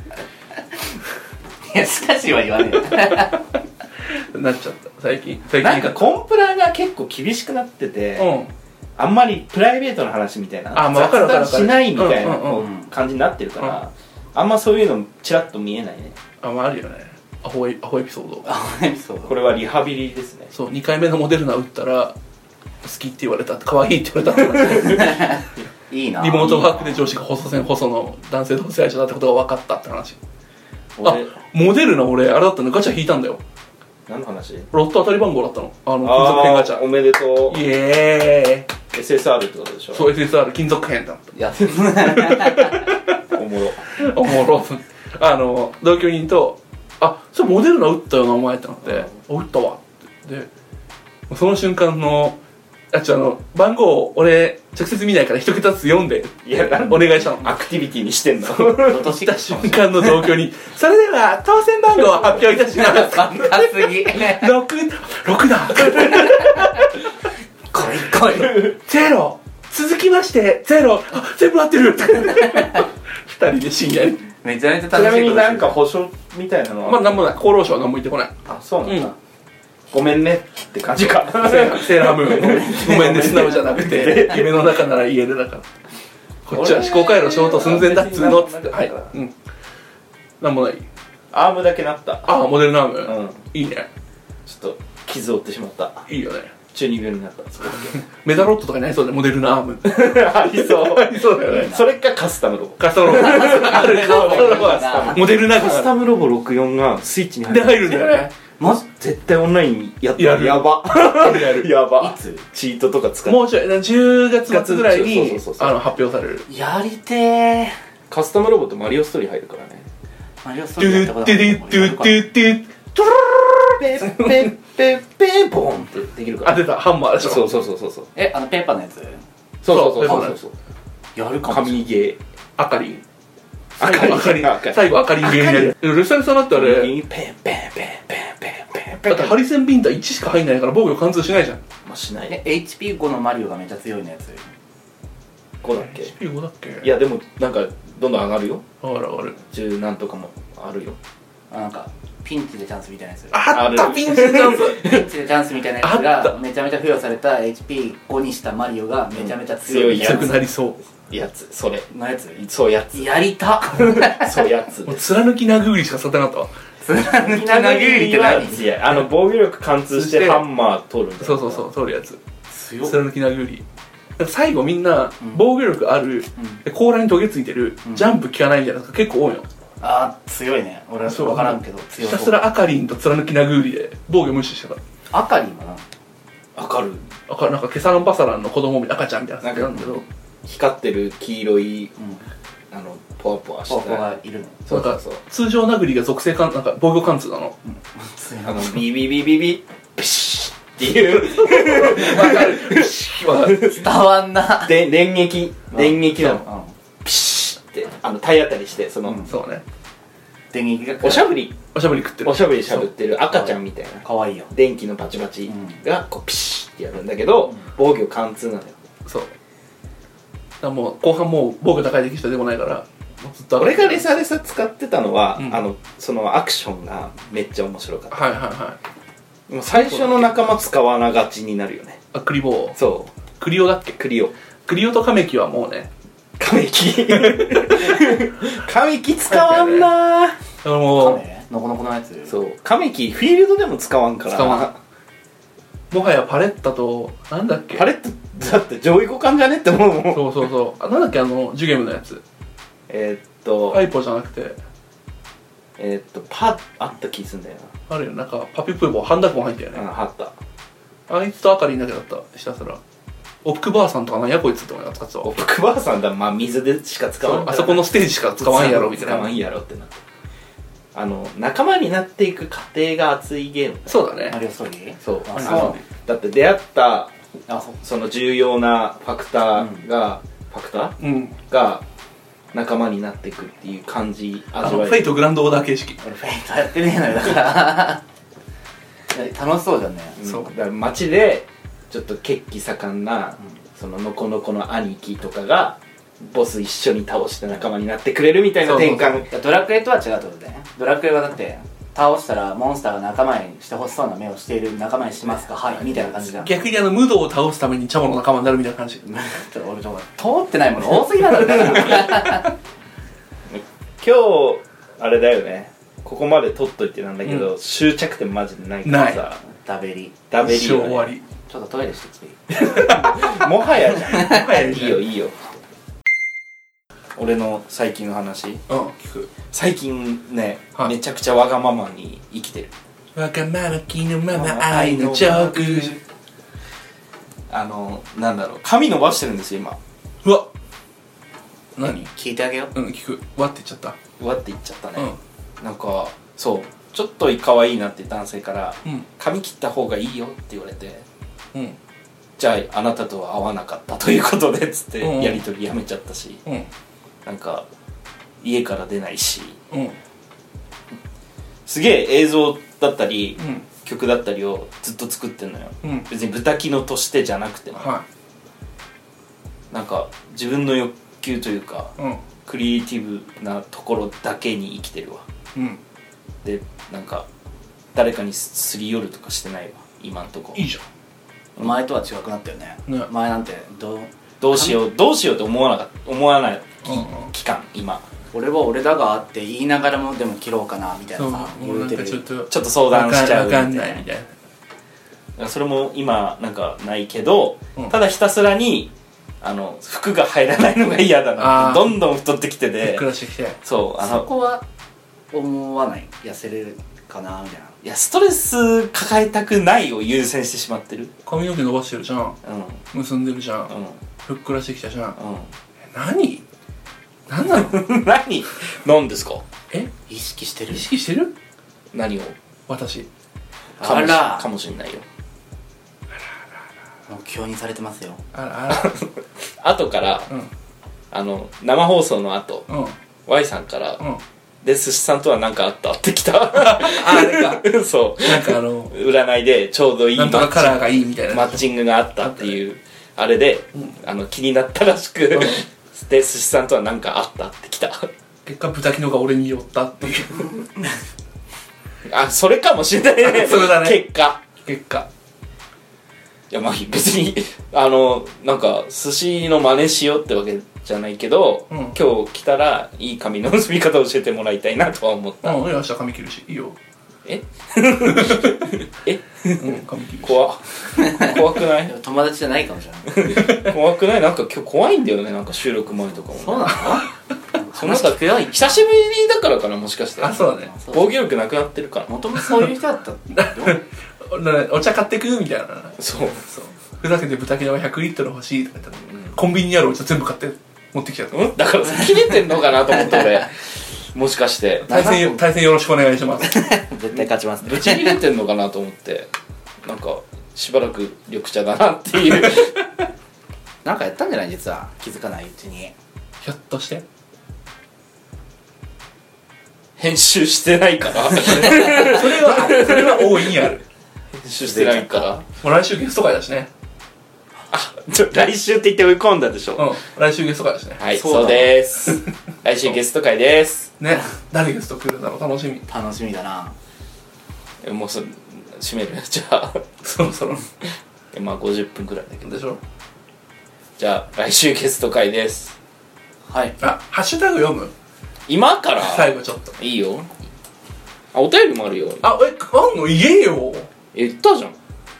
Speaker 3: しかしは言わね
Speaker 2: えなっちゃった最近
Speaker 1: なんかコンプラが結構厳しくなってて、あんまりプライベートの話みたいな雑談しないみたいな感じになってるから、あんまそういうのチラッと見えないね。
Speaker 2: あるよね。アホエピソード。
Speaker 1: これはリハビリですね。
Speaker 2: そう2回目のモデルナ打ったら好きって言われたって可愛いって言われたって
Speaker 3: いいな。
Speaker 2: リモートワークで上司が細線細の男性同性愛者だってことが分かったって話。モデルナ俺あれだったのガチャ引いたんだよ。
Speaker 1: 何の話？
Speaker 2: ロット当たり番号だったの。金属片ガチャ。
Speaker 1: おめでとう。
Speaker 2: イエーイ。
Speaker 1: SSR ってことでしょ？
Speaker 2: そう SSR 金属片だった。
Speaker 3: や
Speaker 2: おもろ同居人とそれモデルナ打ったよなお前ってなって打ったわってでその瞬間の番号俺直接見ないから一桁ずつ読んでお願いしたの。
Speaker 1: アクティビティにしてんの
Speaker 2: 落とした瞬間の同居にそれでは当選番号を発表いたします
Speaker 3: バカすぎ
Speaker 2: 6だ
Speaker 3: 来い
Speaker 2: 0続きまして0全部合ってる2人で深夜に
Speaker 3: めちゃめちゃ楽しい。ち
Speaker 1: なみになんか保証みたいなのは
Speaker 2: なんもない。厚労省は何も言ってこない。
Speaker 1: そうなんだ。ごめんねって感じか。
Speaker 2: セーラームーンごめんね素直じゃなくて夢の中なら家出だからこっちは思考回路ショート寸前だっつうのっつってなんもない。
Speaker 1: アームだけなった。
Speaker 2: モデルナームいいね。
Speaker 1: ちょっと傷を負ってしまった。
Speaker 2: いいよね。
Speaker 1: 中二病になった。
Speaker 2: メダロットとかになりそうでモデルナーム
Speaker 1: ありそうだよね。それかカスタムロボ。あるモデルナカスタムロボ64がスイッチに入るんだよね。絶対オンラインやったらやばやば。いつチートとか使って
Speaker 2: もうちょい10月末ぐらいに発表される。
Speaker 3: やりてー。
Speaker 1: カスタムロボってマリオストーリー入るからね。
Speaker 3: マリオストーリーやったことない。
Speaker 2: ドゥドゥドゥドゥドゥトゥ
Speaker 1: ペッペッペッペンポンってできるから。
Speaker 2: あ、出た、ハンマーでしょ。
Speaker 1: そう。
Speaker 3: ペーパーのやつ。
Speaker 1: そう
Speaker 3: やるかもしれない。
Speaker 1: 神ゲー。
Speaker 2: あかりん。最後あかりんゲーになる。ルサリさんだってあれ、
Speaker 1: ペンペンペンペンペン
Speaker 2: だってハリセンビンタ1しか入んないから防御貫通しないじゃん。
Speaker 1: まあしない。
Speaker 3: HP5 のマリオがめっちゃ強いのやつ。
Speaker 1: 5だっけ？
Speaker 2: HP5 だっけ？
Speaker 1: いやでもなんかどんどん上がるよ。
Speaker 2: 上がる。
Speaker 1: 10なんとかもあるよ。
Speaker 3: なんかピンチでチャンスみたいなやつ。
Speaker 2: あったピンチでチャンス。
Speaker 3: ピンチでチャンスみたいなやつがめちゃめちゃ付与された HP5 にしたマリオがめちゃめちゃ強いやつ。
Speaker 2: 強くなりそう
Speaker 1: やつ。それ
Speaker 3: のやつ。
Speaker 1: そうやつ。
Speaker 3: やりた。
Speaker 1: そうやつ。
Speaker 2: もう貫き殴りしかさせなかったわ。
Speaker 3: 貫き殴りって何？
Speaker 1: いや防御力貫通してハンマー取るみたいな。
Speaker 2: そう取るやつ。
Speaker 3: 強っ。
Speaker 2: 貫き殴り。最後みんな防御力ある、甲羅にトゲついてる、ジャンプ効かないみたいなのが結構多いの。
Speaker 3: あー強いね。俺は分からんけど強い。
Speaker 2: ひたすらアカリンと貫き殴りで防御無視したから。
Speaker 3: アカリンは
Speaker 1: な。わかる。
Speaker 2: なんかケサランパサランの子供みたいな赤ちゃんみたいなやつなんだけど、
Speaker 1: 光ってる黄色いポワポワした
Speaker 3: ポワポワいるの。
Speaker 2: そう通常殴りが属性なんか防御貫通なの。
Speaker 1: ビビビビビピシッっていう
Speaker 3: 伝わんな。
Speaker 1: 電撃なの。ピシッって体当たりしてそう
Speaker 2: ね。
Speaker 3: 電撃が
Speaker 1: おしゃぶり
Speaker 2: 食ってる。
Speaker 1: おしゃぶりしゃぶってる赤ちゃんみたいな。
Speaker 3: かわいいよ。
Speaker 1: 電気のバチバチがこうピシッってやるんだけど防御貫通なのよ。
Speaker 2: そう。だからもう後半もう防御高いできる人でもないから。
Speaker 1: 俺がレサ使ってたのはそのアクションがめっちゃ面白かった。もう最初の仲間使わながちになるよね。
Speaker 2: あ、クリボー。
Speaker 1: そう。
Speaker 2: クリオだっけ？
Speaker 1: クリオ
Speaker 2: とカメキはもうね。
Speaker 1: カメキ使わんな
Speaker 3: ー。もうノコノコのやつ。
Speaker 1: そう。カメキフィールドでも使わんから。
Speaker 2: 使わん。もはやパレッタとなんだっけ？
Speaker 1: パレッタだって上位互換じゃねって思うもん。
Speaker 2: そう。なんだっけジュゲムのやつ。アイポじゃなくて
Speaker 1: パあった気すんだよ
Speaker 2: な。あるよ、なんかパピプーボーハンダコン入ったよね。
Speaker 1: あった。
Speaker 2: あいつとアカリンだけだった。ひたすらオプクバーさんとかなんやこいつって思いながら使ってたわ。
Speaker 1: オプクバーさんだ、まあ水でしか使わん。
Speaker 2: あそこのステージしか使わんやろみたいな。
Speaker 1: 使わんやろってなって、仲間になっていく過程が熱いゲーム。
Speaker 2: そうだね。
Speaker 3: マリオストーリー。
Speaker 1: そうだって出会ったその重要なファクターが仲間になっていくっていう感じ味わい。
Speaker 2: フェイトグランドオーダー形式。
Speaker 3: 俺フェイトやってねえのよだから楽しそうじゃんね。
Speaker 1: そうだから街でちょっと血気盛んなそのノコノコの兄貴とかがボス一緒に倒して仲間になってくれるみたいな転換。
Speaker 3: ドラクエとは違うってことだよね。ドラクエはだって倒したらモンスターが仲間にしてほしそうな目をしている。仲間にしますか、はいみたいな感じじゃん。
Speaker 2: 逆に無道を倒すためにチャモの仲間になるみたいな感じ。
Speaker 3: 俺通ってないもの多すぎなんだから
Speaker 1: 今日あれだよね、ここまで取っといてなんだけど、終着点マジでないからさ。
Speaker 3: ダベリ
Speaker 1: よね。
Speaker 2: 終わり。
Speaker 3: ちょっとトイレしてきていい？
Speaker 1: もはやじゃん。いいよ俺の最近の話。
Speaker 2: 聞く。
Speaker 1: 最近ね、めちゃくちゃわがままに生きてる。
Speaker 2: わがまま気のまま愛のジョーク。
Speaker 1: なんだろう、髪伸ばしてるんですよ今。
Speaker 2: うわ何？
Speaker 3: 聞いてあげよう。
Speaker 2: 聞く。わって言っちゃった。
Speaker 1: わって言っちゃったね。なんかそうちょっと可愛いなって男性から髪切った方がいいよって言われて、じゃああなたとは合わなかったということでっつってやり取りやめちゃったし、なんか家から出ないし、すげえ映像だったり、曲だったりをずっと作ってんのよ、別に豚キノとしてじゃなくても、なんか自分の欲求というか、クリエイティブなところだけに生きてるわ、でなんか誰かにすり寄るとかしてないわ今んとこ。
Speaker 2: いいじゃ
Speaker 3: ん。前とは違くなったよね。前なんてどうしようって思わない期間今。俺は俺だがあって言いながらもでも切ろうかなみたいなさ言うてる。ちょっと相談しちゃうみたいな。それも今なんかないけど、ただひたすらに服が入らないのが嫌だなって、どんどん太ってきてて、
Speaker 2: ふっくらしてきて、
Speaker 3: そこは思わない？痩せれるかなみたいな。
Speaker 1: いやストレス抱えたくないを優先してしまってる。
Speaker 2: 髪の毛伸ばしてるじゃん、結んでるじゃん、ふっくらしてきたじゃん、何なの
Speaker 1: 何ですか？
Speaker 3: 意識してる？
Speaker 2: 意識してる？
Speaker 1: 何を？
Speaker 2: 私
Speaker 1: かもしんないよ。
Speaker 3: 目標にされてますよ。
Speaker 1: 後から、生放送の後、Y さんから、で寿司さんとは何かあったって来た。
Speaker 2: あれか。
Speaker 1: そう。
Speaker 2: なんか
Speaker 1: 占いでちょうどいい
Speaker 2: なんとかカラーがいいみたいな
Speaker 1: マッチングがあったっていうあれで、気になったらしく、で寿司さんとは何かあったって来た。
Speaker 2: 結果豚キノが俺に寄ったっていう。
Speaker 1: それかもしれないね。
Speaker 2: それだね。
Speaker 1: 結果いやまあ別になんか寿司の真似しようってわけじゃないけど、今日来たらいい髪の結び方を教えてもらいたいなとは思った。
Speaker 2: 明日髪切るしいいよ。
Speaker 1: え
Speaker 2: 髪切るし。
Speaker 1: 怖くない？
Speaker 3: 友達じゃないかもしれない。
Speaker 1: 怖くない？なんか今日怖いんだよね。なんか収録前とかも。
Speaker 3: そうなの？
Speaker 1: そのさ久しぶりだからかな、もしかして。
Speaker 2: そうだね。
Speaker 1: 防御力なくなってるから。
Speaker 3: もともとそういう人だった
Speaker 2: お茶買ってくみたいな。
Speaker 1: そう
Speaker 2: ふざけて豚キノが100リットル欲しいとか言ったら、コンビニにあるお茶全部買って持ってきちゃった。
Speaker 1: だから切れてんのかなと思って俺。もしかして
Speaker 2: 対戦よろしくお願いします。
Speaker 3: 絶対勝ちますね。
Speaker 1: ぶち切れてんのかなと思って、なんかしばらく緑茶だなっていう。
Speaker 3: なんかやったんじゃない？実は気づかないうちに。
Speaker 2: ひょっとして
Speaker 1: 編集してないからそれ
Speaker 2: は大いにある。
Speaker 1: 編集してないから。
Speaker 2: もう来週ゲスト会だしね。
Speaker 1: 来週って言って追い込んだでしょ。
Speaker 2: 来週ゲスト会だしね。
Speaker 1: はい、そうです。来週ゲスト会です
Speaker 2: ね。誰ゲスト来るんだろう。楽しみ
Speaker 3: だな。
Speaker 1: もう閉める。じゃあ
Speaker 2: そろそろ
Speaker 1: まあ50分くらいだけど
Speaker 2: でしょ。
Speaker 1: じゃあ来週ゲスト会です。
Speaker 3: はい。
Speaker 2: ハッシュタグ読む？
Speaker 1: 今から
Speaker 2: 最後ちょっと
Speaker 1: いいよ。お便りもあるよ。
Speaker 2: あんの言えよ。
Speaker 1: 言ったじゃん。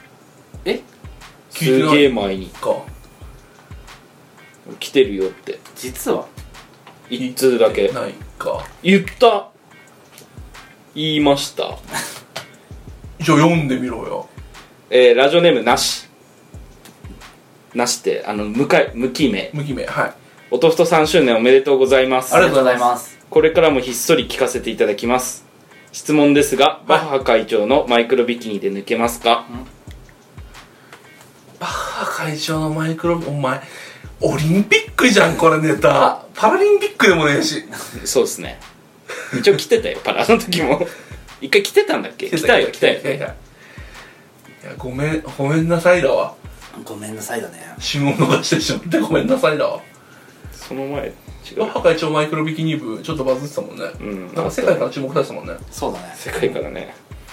Speaker 1: すげえ前に
Speaker 2: か
Speaker 1: 来てるよって。
Speaker 3: 実は
Speaker 1: 一通だけ
Speaker 2: ないか。
Speaker 1: 言いました。
Speaker 2: じゃあ読んでみろよ。
Speaker 1: ラジオネームなしって無記名。
Speaker 2: はい。
Speaker 1: おとふと3周年おめでとうございます。
Speaker 3: ありがとうございます。
Speaker 1: これからもひっそり聞かせていただきます。質問ですが、バッハ会長のマイクロビキニで抜けますか？
Speaker 2: バッハ会長のマイクロ、お前オリンピックじゃんこれネタ。パラリンピックでもねえし。
Speaker 1: そうですね。一応来てたよパラの時も。一回来てたんだっけ？来たよ。いや
Speaker 2: ごめんなさいだわ。
Speaker 3: ごめんなさいだね。
Speaker 2: 旬を逃してしまってごめんなさいだわ。
Speaker 1: その前
Speaker 2: バッハ会長マイクロビキニ部ちょっとバズってたもんね。なんか世界から注目されてたもんね。
Speaker 3: そうだね。
Speaker 1: 世界からね。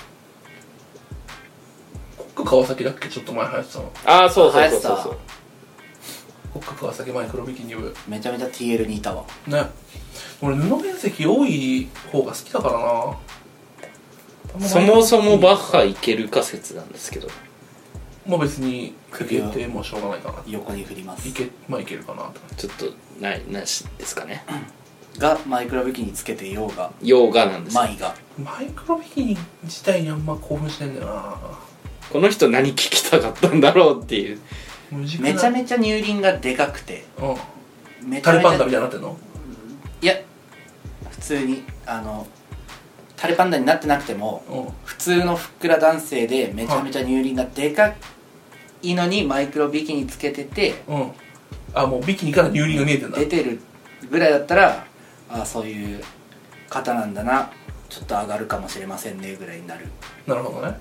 Speaker 2: コック川崎だっけ？ちょっと前流行ってたの。
Speaker 1: そう
Speaker 3: コ
Speaker 2: ック川崎マイクロビキニ部
Speaker 3: めちゃめちゃ TL にいたわ
Speaker 2: ね。俺布面積多い方が好きだから
Speaker 1: な。そもそもバッハいけるか説なんですけど、
Speaker 2: まあ別に首ってもうしょうがないかな。
Speaker 3: 横に振ります。
Speaker 2: いけるかなと。
Speaker 1: ちょっとなしですかね。
Speaker 3: がマイクロビキニつけてようが
Speaker 1: なんですよ。
Speaker 3: マイ
Speaker 2: クロビキニ自体にあんま興奮してんだよな。
Speaker 1: この人何聞きたかったんだろうっていう。
Speaker 3: めちゃめちゃ乳輪がでかくて、
Speaker 2: タレパンダみたいになってんの？
Speaker 3: いや普通にタレパンダになってなくても、普通のふっくら男性でめちゃめちゃ乳輪がでかいのにマイクロビキニつけてて、
Speaker 2: もうビキニから乳輪が見えてんだ。
Speaker 3: 出てるぐらいだったら、そういう方なんだな、ちょっと上がるかもしれませんねぐらいになる。
Speaker 2: なるほどね。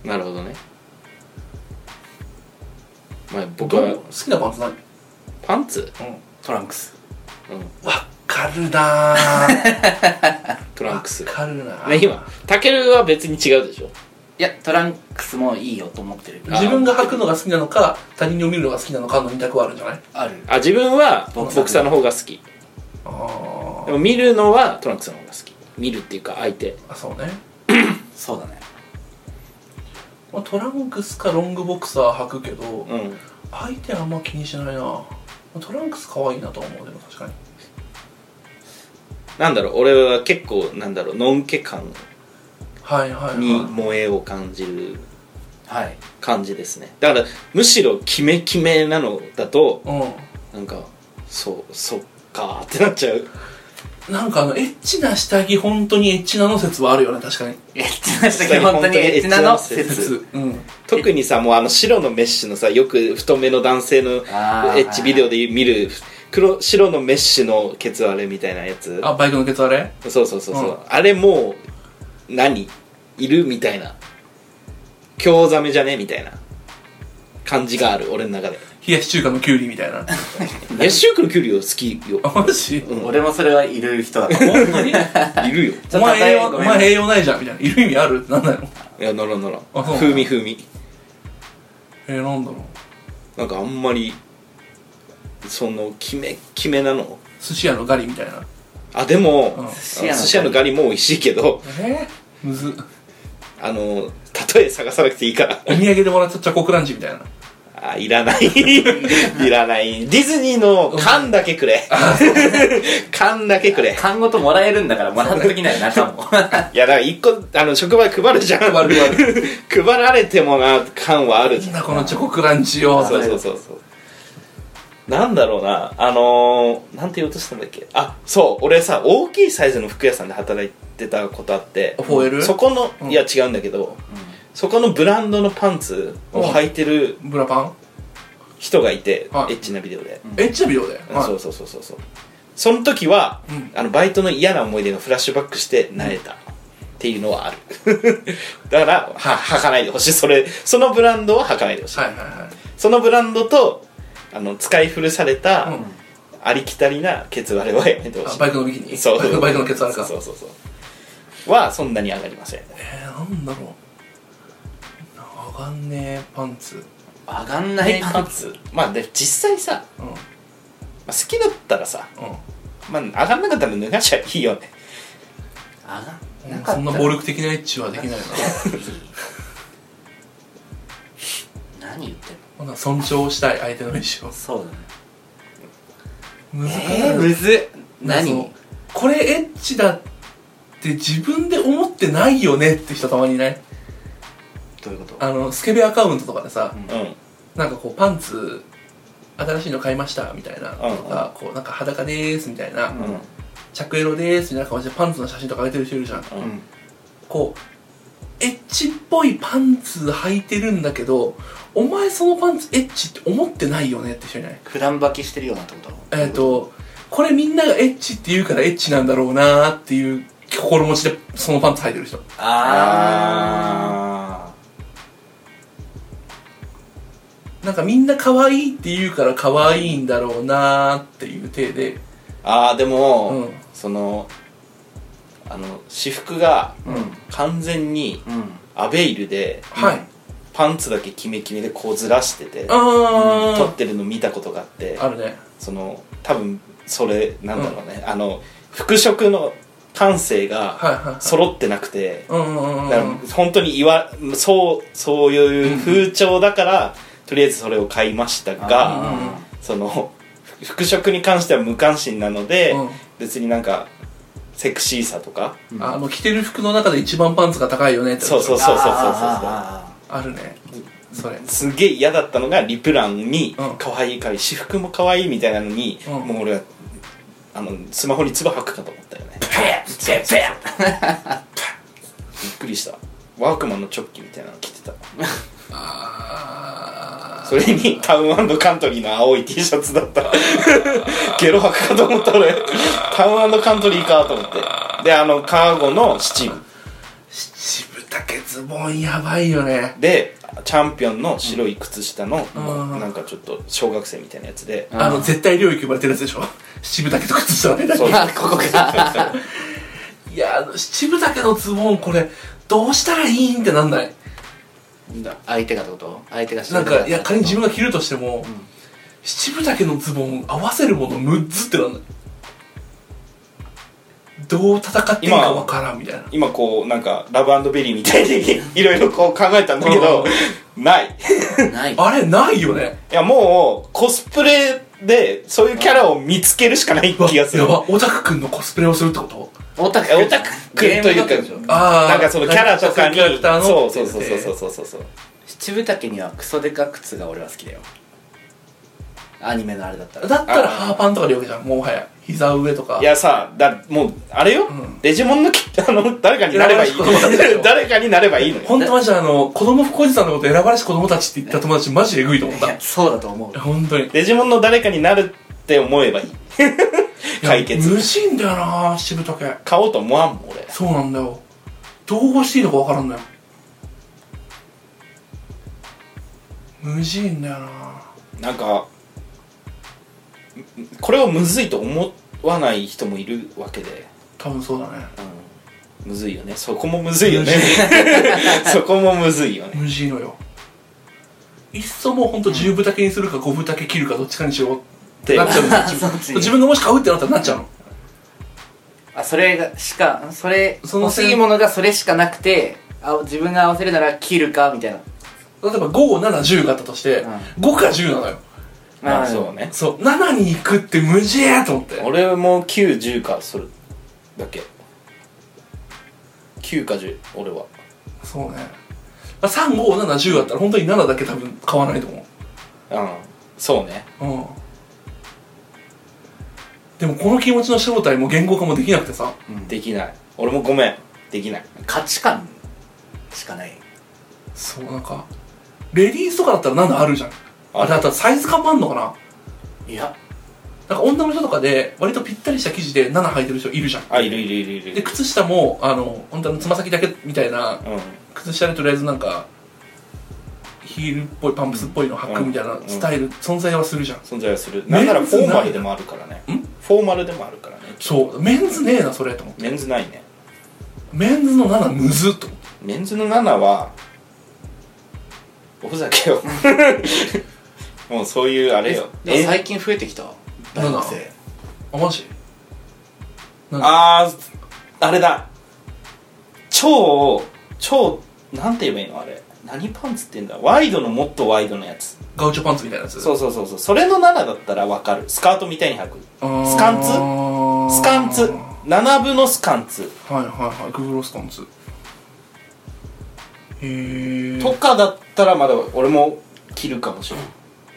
Speaker 2: 僕は好きなパンツ何？
Speaker 1: パンツ？
Speaker 3: トランクス。
Speaker 2: わかるな
Speaker 1: トランクス。
Speaker 2: わかるな。
Speaker 1: 今タケルは別に違うでしょ？
Speaker 3: いやトランクスもいいよと思ってる。
Speaker 2: 自分が履くのが好きなのか他人を見るのが好きなのかの2択はあるんじゃない？
Speaker 3: ある。
Speaker 1: 自分はボクサーの方が好き。でも見るのはトランクスの方が好き。見るっていうか相手。
Speaker 2: そうね。
Speaker 3: そうだね。
Speaker 2: トランクスかロングボクサー履くけど、相手はあんま気にしないな。トランクス可愛いなと思う。でも確かに
Speaker 1: 俺は結構のんけ感に萌えを感じる感じですね。だからむしろキメキメなのだと、なんかそっかーってなっちゃう。
Speaker 2: なんかエッチな下着本当にエッチなの説はあるよね。確かに
Speaker 3: エッチな下着本当にエッチなの説、
Speaker 1: うん、特にさ、もう白のメッシュのさ、よく太めの男性のエッチビデオで見る白のメッシュのケツ割れみたいなやつ。
Speaker 2: あ、バイクのケツ割れ。
Speaker 1: そうそうそうそう、うん、あれもう何いるみたいな、興ざめじゃねみたいな感じがある、俺の中で。
Speaker 2: 冷やし中華のキュウリみたいな。
Speaker 1: 冷やし中華のキュウリを好きよ。
Speaker 2: あ、マジ、
Speaker 3: うん、俺もそれはいる人だと思う。本当にい
Speaker 1: るよ。
Speaker 2: お前栄養ないじゃんみたいな。いる意味あるってなんないの。
Speaker 1: いや、ならんならん。風味
Speaker 2: なんだろ
Speaker 1: う。なんかあんまりそのキメなの。
Speaker 2: 寿司屋のガリみたいな。
Speaker 1: あ、でも、うん、寿司屋のガリも美味しいけど、
Speaker 2: むずっ。
Speaker 1: 例え探さなくていいから。
Speaker 2: お土産でもらったチョコクランチみたいな。
Speaker 1: あ、いらないいらない。ディズニーの缶だけくれ。缶だけくれ。
Speaker 3: 缶ごともらえるんだからもらっときない中も。
Speaker 1: いや、だから一個職場で配るじゃん。配られてもな、缶はあるじゃん。
Speaker 2: なんだこのチョコクランチを。
Speaker 1: そうなんだろうな、なんて言おうとしたんだっけ。あ、そう、俺さ、大きいサイズの服屋さんで働いてたことあって、
Speaker 2: 4L？
Speaker 1: そこの、いや違うんだけど、そこのブランドのパンツを履いてる
Speaker 2: ブラパン
Speaker 1: 人がいて、エッチなビデオで。
Speaker 2: エッチなビデオで、
Speaker 1: そうその時は、バイトの嫌な思い出がフラッシュバックして慣れたっていうのはある。だから履かないでほしい。そのブランドは履かないでほしい。そのブランドと使い古された、ありきたりなケツ割れはやめてほしい。
Speaker 2: バイクのビキニ。
Speaker 1: そう、
Speaker 2: バイクのケツ割れか。
Speaker 1: そうはそんなに上がりません。
Speaker 2: なんだろう。上がんねえパンツ。
Speaker 3: 上がんないパンツ。
Speaker 1: まあで実際さ、まあ、好きだったらさ、まあ上がんなかったら脱がしちゃいいよね。
Speaker 2: 上がんなかったらそんな暴力的なエッチはできないな。
Speaker 3: 何言ってんの。
Speaker 2: 尊重したい相手の意思を。
Speaker 3: そうだ
Speaker 2: ね。
Speaker 3: むずっ。何
Speaker 2: これエッチだって自分で思ってないよねって人たまにいない？
Speaker 3: どういうこと？
Speaker 2: スケベアカウントとかでさ、なんかこうパンツ新しいの買いましたみたいなとか、こうなんか裸でーすみたいな、着エロでーすみたいな感じでパンツの写真とか上げてる人いるじゃん。こうエッチっぽいパンツ履いてるんだけど、お前そのパンツエッチって思ってないよねって人いない？
Speaker 3: 普段履きしてるようなってこと？
Speaker 2: これみんながエッチって言うからエッチなんだろうなーっていう心持ちでそのパンツ履いてる人。なんかみんな可愛いって言うから可愛いんだろうなーっていう体で。
Speaker 1: でも、私服が完全にアベイルで、パンツだけキメキメでこうずらしてて撮ってるの見たことがあって、
Speaker 2: あるね。
Speaker 1: 多分それなんだろうね、服飾の感性が揃ってなくて、だから本当にそういう風潮だからとりあえずそれを買いましたが、服飾に関しては無関心なので、別になんかセクシーさとか、
Speaker 2: 着てる服の中で一番パンツが高いよねって。
Speaker 1: そう
Speaker 2: あるね。それ
Speaker 1: すげえ嫌だったのが、リプランに可愛い私服も可愛いみたいなのに、もう俺はスマホに唾吐くかと思ったよね。びっくりした。ワークマンのチョッキみたいなの着てた。それにタウン&カントリーの青い T シャツだった。ゲロ吐くかと思った俺。タウン&カントリーかと思って。でカーゴの七分
Speaker 2: だけズボンやばいよね。
Speaker 1: でチャンピオンの白い靴下の、なんかちょっと小学生みたいなやつで、
Speaker 2: 絶対領域呼ばれてるやつでしょ。七分丈と靴下の間に。
Speaker 3: ここが
Speaker 2: いや七分丈のズボンこれどうしたらいいんってなんない？
Speaker 3: 相手がってこと？相手が
Speaker 2: なんか、いや仮に自分が着るとしても、七分丈のズボン合わせるもの6つってなんない？どう戦っていいか分からんみたいな。
Speaker 1: 今こうなんかラブ&ベリーみたいにいろいろこう考えたんだけど、ない
Speaker 2: あれないよね。
Speaker 1: いやもうコスプレでそういうキャラを見つけるしかない気がする。
Speaker 2: オタクくんのコスプレをするってこと？
Speaker 3: オタクくんというか、
Speaker 1: なんかそのキャラとかに、そう
Speaker 3: 七分丈にはクソデカ靴が俺は好きだよ。アニメのあれだったら
Speaker 2: ハーパンとかでよけじゃん。もはや膝上とか。
Speaker 1: いやさ、もうあれよ、デジモンの誰かになればいい誰かになればいいのよ。
Speaker 2: 本当マジ子供不幸児さんのこと選ばれし子供たちって言った友達マジエグいと思った。
Speaker 3: そうだと思う。
Speaker 2: 本当に
Speaker 1: デジモンの誰かになるって思えばいい。解決。
Speaker 2: 無しいんだよな七分丈。
Speaker 1: 買おうと思わんもん俺。
Speaker 2: そうなんだよ。どうしていいのか分からんのよ。無しいんだよな。
Speaker 1: なんかこれをむずいと思わない人もいるわけで。
Speaker 2: 多分そうだね。
Speaker 1: むずいよね。そこもむずいよね。そこもむずいよね。
Speaker 2: むずいのよ。いっそもうほんと10分丈にするか5分丈切るかどっちかにしようってなっちゃうんだよ。自分がもし買うってなったらなっちゃうの。
Speaker 3: それ欲しいものがそれしかなくて、自分が合わせるなら切るかみたいな。
Speaker 2: 例えば5、7、10があったとして、5か10なのよ。
Speaker 1: まあそうね。
Speaker 2: そう、7に行くって無事やと思って。
Speaker 1: 俺も9、10かそれだけ。9か10、俺は。
Speaker 2: そうね。3、5、7、10あったら本当に7だけ多分買わないと思う。
Speaker 1: そうね。
Speaker 2: でもこの気持ちの正体も言語化もできなくてさ。
Speaker 1: できない。俺もごめん。できない。
Speaker 3: 価値観しかない。
Speaker 2: そう、なんかレディースとかだったら7あるじゃん。あれだったらサイズ感もあんのかな。
Speaker 3: いや、
Speaker 2: なんか女の人とかで割とぴったりした生地で7履いてる人いるじゃん。
Speaker 1: いる。
Speaker 2: で靴下も本当のつま先だけみたいな、靴下でとりあえずなんかヒールっぽいパンプスっぽいの履くみたいなスタイル、存在はするじゃん。
Speaker 1: 存在はする。なんならフォーマルでもあるからね。フォーマルでもあるからね。
Speaker 2: そう、メンズねえなそれと思って。
Speaker 1: メンズないね。
Speaker 2: メンズの7むずっと思って。
Speaker 1: メンズの7はおふざけよ。もうそういうあれよ。
Speaker 3: でも最近増えてきた大学生。
Speaker 2: マジ？
Speaker 1: あれだ。超なんて言えばいいのあれ。何パンツって言うんだ。ワイドのもっとワイドのやつ。
Speaker 2: ガウチョパンツみたいなやつ。
Speaker 1: そうそれの7だったらわかる。スカートみたいに履く。スカンツ7分のスカンツ。
Speaker 2: はいグーロスカンツ。
Speaker 1: とかだったらまだ俺も着るかもしれない。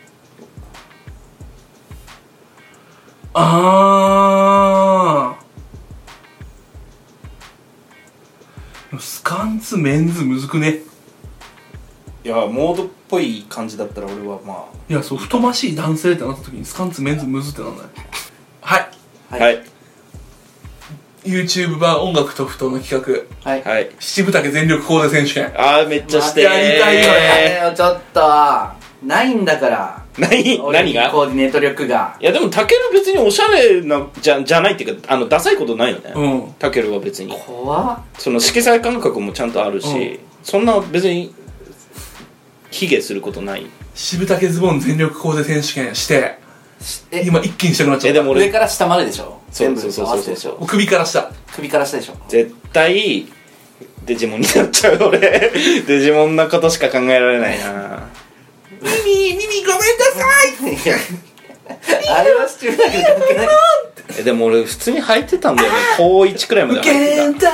Speaker 2: スカンツメンズむずくね。
Speaker 1: いやモードっぽい感じだったら俺はまあ
Speaker 2: いやそう太ましい男性ってなった時にスカンツメンズむずってなんない。はい、YouTube 版音楽とふとの企画、
Speaker 1: はい
Speaker 2: 七分丈全力コーデ選手権。
Speaker 1: めっちゃして
Speaker 2: やりたいよ
Speaker 3: ね。ちょっとないんだから。
Speaker 1: 何が
Speaker 3: コーディネート力が。
Speaker 1: いやでもタケル別におしゃれなじゃないっていうかダサいことないよね。タケルは別に
Speaker 3: 怖っ。
Speaker 1: その色彩感覚もちゃんとあるし、そんな別に卑下することない。
Speaker 2: 七分丈ズボン全力コーデ選手権して今一気にしたくなっちゃった。
Speaker 3: でも上から下まででしょ。全部
Speaker 1: そう
Speaker 3: 合わせてでしょ。
Speaker 2: 首から下
Speaker 3: でしょ。
Speaker 1: 絶対デジモンになっちゃう俺。デジモンなことしか考えられないな。
Speaker 2: 耳ごめんなさい。
Speaker 3: あれは七分丈関係ない。
Speaker 1: でも俺普通に履いてたんだよね。高1くらいまで履いてた。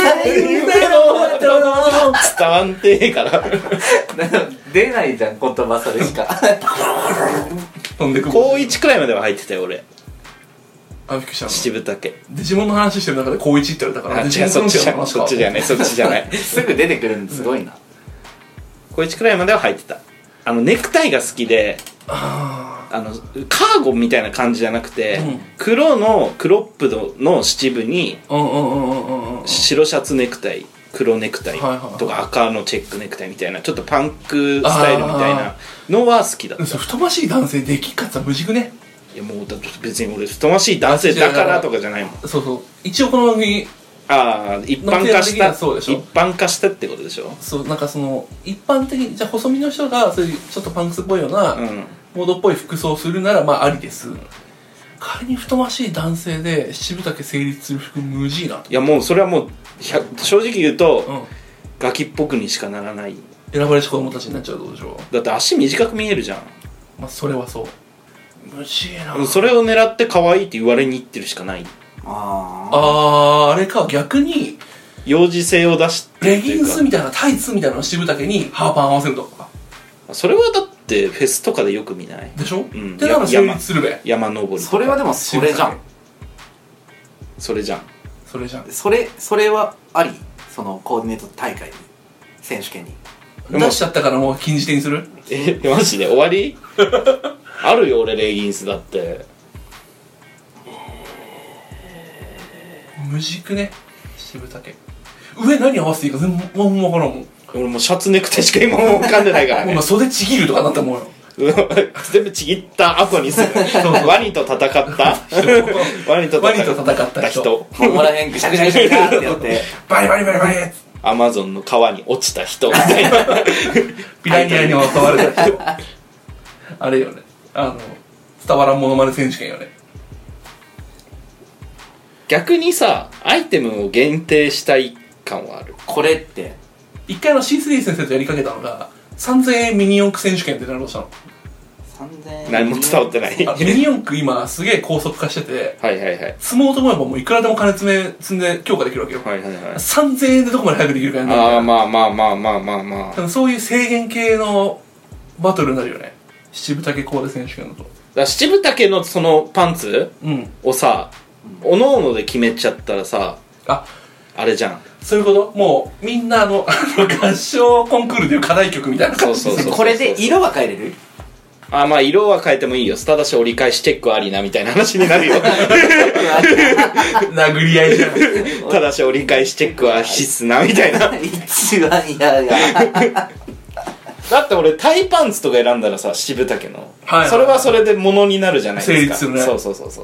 Speaker 1: 伝わんてえから
Speaker 3: 出ないじゃん言葉それしか。
Speaker 2: 飛んでくる。
Speaker 1: 高1くらいまでは履いてたよ俺。
Speaker 2: びっくりした。
Speaker 1: 七分丈。
Speaker 2: デジモンの話してる中で高1って言われたから。
Speaker 1: 違うそっちじゃない
Speaker 3: すぐ出てくるんですごいな。
Speaker 1: 高1くらいまでは履いてた。ネクタイが好きで、カーゴみたいな感じじゃなくて、黒のクロップドの七分に白シャツネクタイ、黒ネクタイとか赤のチェックネクタイみたいなちょっとパンクスタイルみたいなのは好きだった。
Speaker 2: 太ましい男性できっかつは無軸ね。
Speaker 1: いやもう別に俺太ましい男性だからとかじゃないもん。
Speaker 2: そう一応この番組
Speaker 1: 一般化したってことでしょ。
Speaker 2: そうなんかその一般的にじゃあ細身の人がそういうちょっとパンクスっぽいような、モードっぽい服装をするならまあありです。仮に太ましい男性で七分丈成立する服無事なと。
Speaker 1: いやもうそれはもう正直言うと、ガキっぽくにしかならない。
Speaker 2: 選ばれし子供たちになっちゃうってことでしょ。
Speaker 1: だって足短く見えるじゃん。
Speaker 2: まあそれはそう。無事な。
Speaker 1: それを狙って可愛いって言われにいってるしかない。
Speaker 2: あれか逆に
Speaker 1: 幼児性を出して
Speaker 2: レギンスみたいなタイツみたいなの七分丈にハーパン合わせるとか。
Speaker 1: それはだってフェスとかでよく見ない
Speaker 2: でしょ。ってなら成立するべ。
Speaker 1: 山登り。
Speaker 3: それはでもそれじゃん。
Speaker 1: それじゃん。
Speaker 3: それはあり？そのコーディネート大会に選手権に
Speaker 2: 出しちゃったからもう禁じ手にする？
Speaker 1: マジで終わり？あるよ俺レギンスだって。
Speaker 2: 無軸ね、渋竹。上何合わせていいか全然分からんもん。
Speaker 1: 俺もうシャツネクタイしか今もう浮かんでないからね。
Speaker 2: 今袖ちぎるとかなったもんよ。
Speaker 1: 全部ちぎった後にすぐワニと戦ったワニと戦った人、
Speaker 3: ここら辺ぐしゃぐしゃぐしゃぐしゃってやって
Speaker 2: バリバリバリバリ、
Speaker 1: アマゾンの川に落ちた人みたいな
Speaker 2: ピラニアに襲われた人あれよね、伝わらんモノマネ選手権よね。
Speaker 1: 逆にさ、アイテムを限定したい感はある。
Speaker 3: これって
Speaker 2: 一回C3 先生とやりかけたのが3000円ミニ四駆選手権ってなろうしたの。
Speaker 3: 3000円
Speaker 1: 何も伝わってない。
Speaker 2: ミニ四駆今すげえ高速化してて、
Speaker 1: はいはいはい、
Speaker 2: 積もうと思えばもういくらでも金積んで強化できるわけよ。
Speaker 1: はいはいはい、
Speaker 2: 3000円でどこまで早くできるかやんない。
Speaker 1: ああまあまあまあまあまあまあ、
Speaker 2: そういう制限系のバトルになるよね、七分丈コーデ選手権だと。
Speaker 1: だ七分丈のそのパンツをさ、おのおので決めちゃったらさ、あれじゃん。
Speaker 2: そういうこと？もうみんな合唱コンクールでいう課題曲みたいな感じで。
Speaker 3: これで色は変えれる？
Speaker 1: まあ色は変えてもいいよ。ただし折り返しチェックありなみたいな話になるよ。
Speaker 2: 殴り合いじゃん。
Speaker 1: ただし折り返しチェックは必須なみたいな。
Speaker 3: 一番嫌が。
Speaker 1: だって俺タイパンツとか選んだらさ、七分丈の、
Speaker 2: はいはい、
Speaker 1: それはそれでものになるじゃないですか。
Speaker 2: 成立するね。
Speaker 1: そうそうそうそう。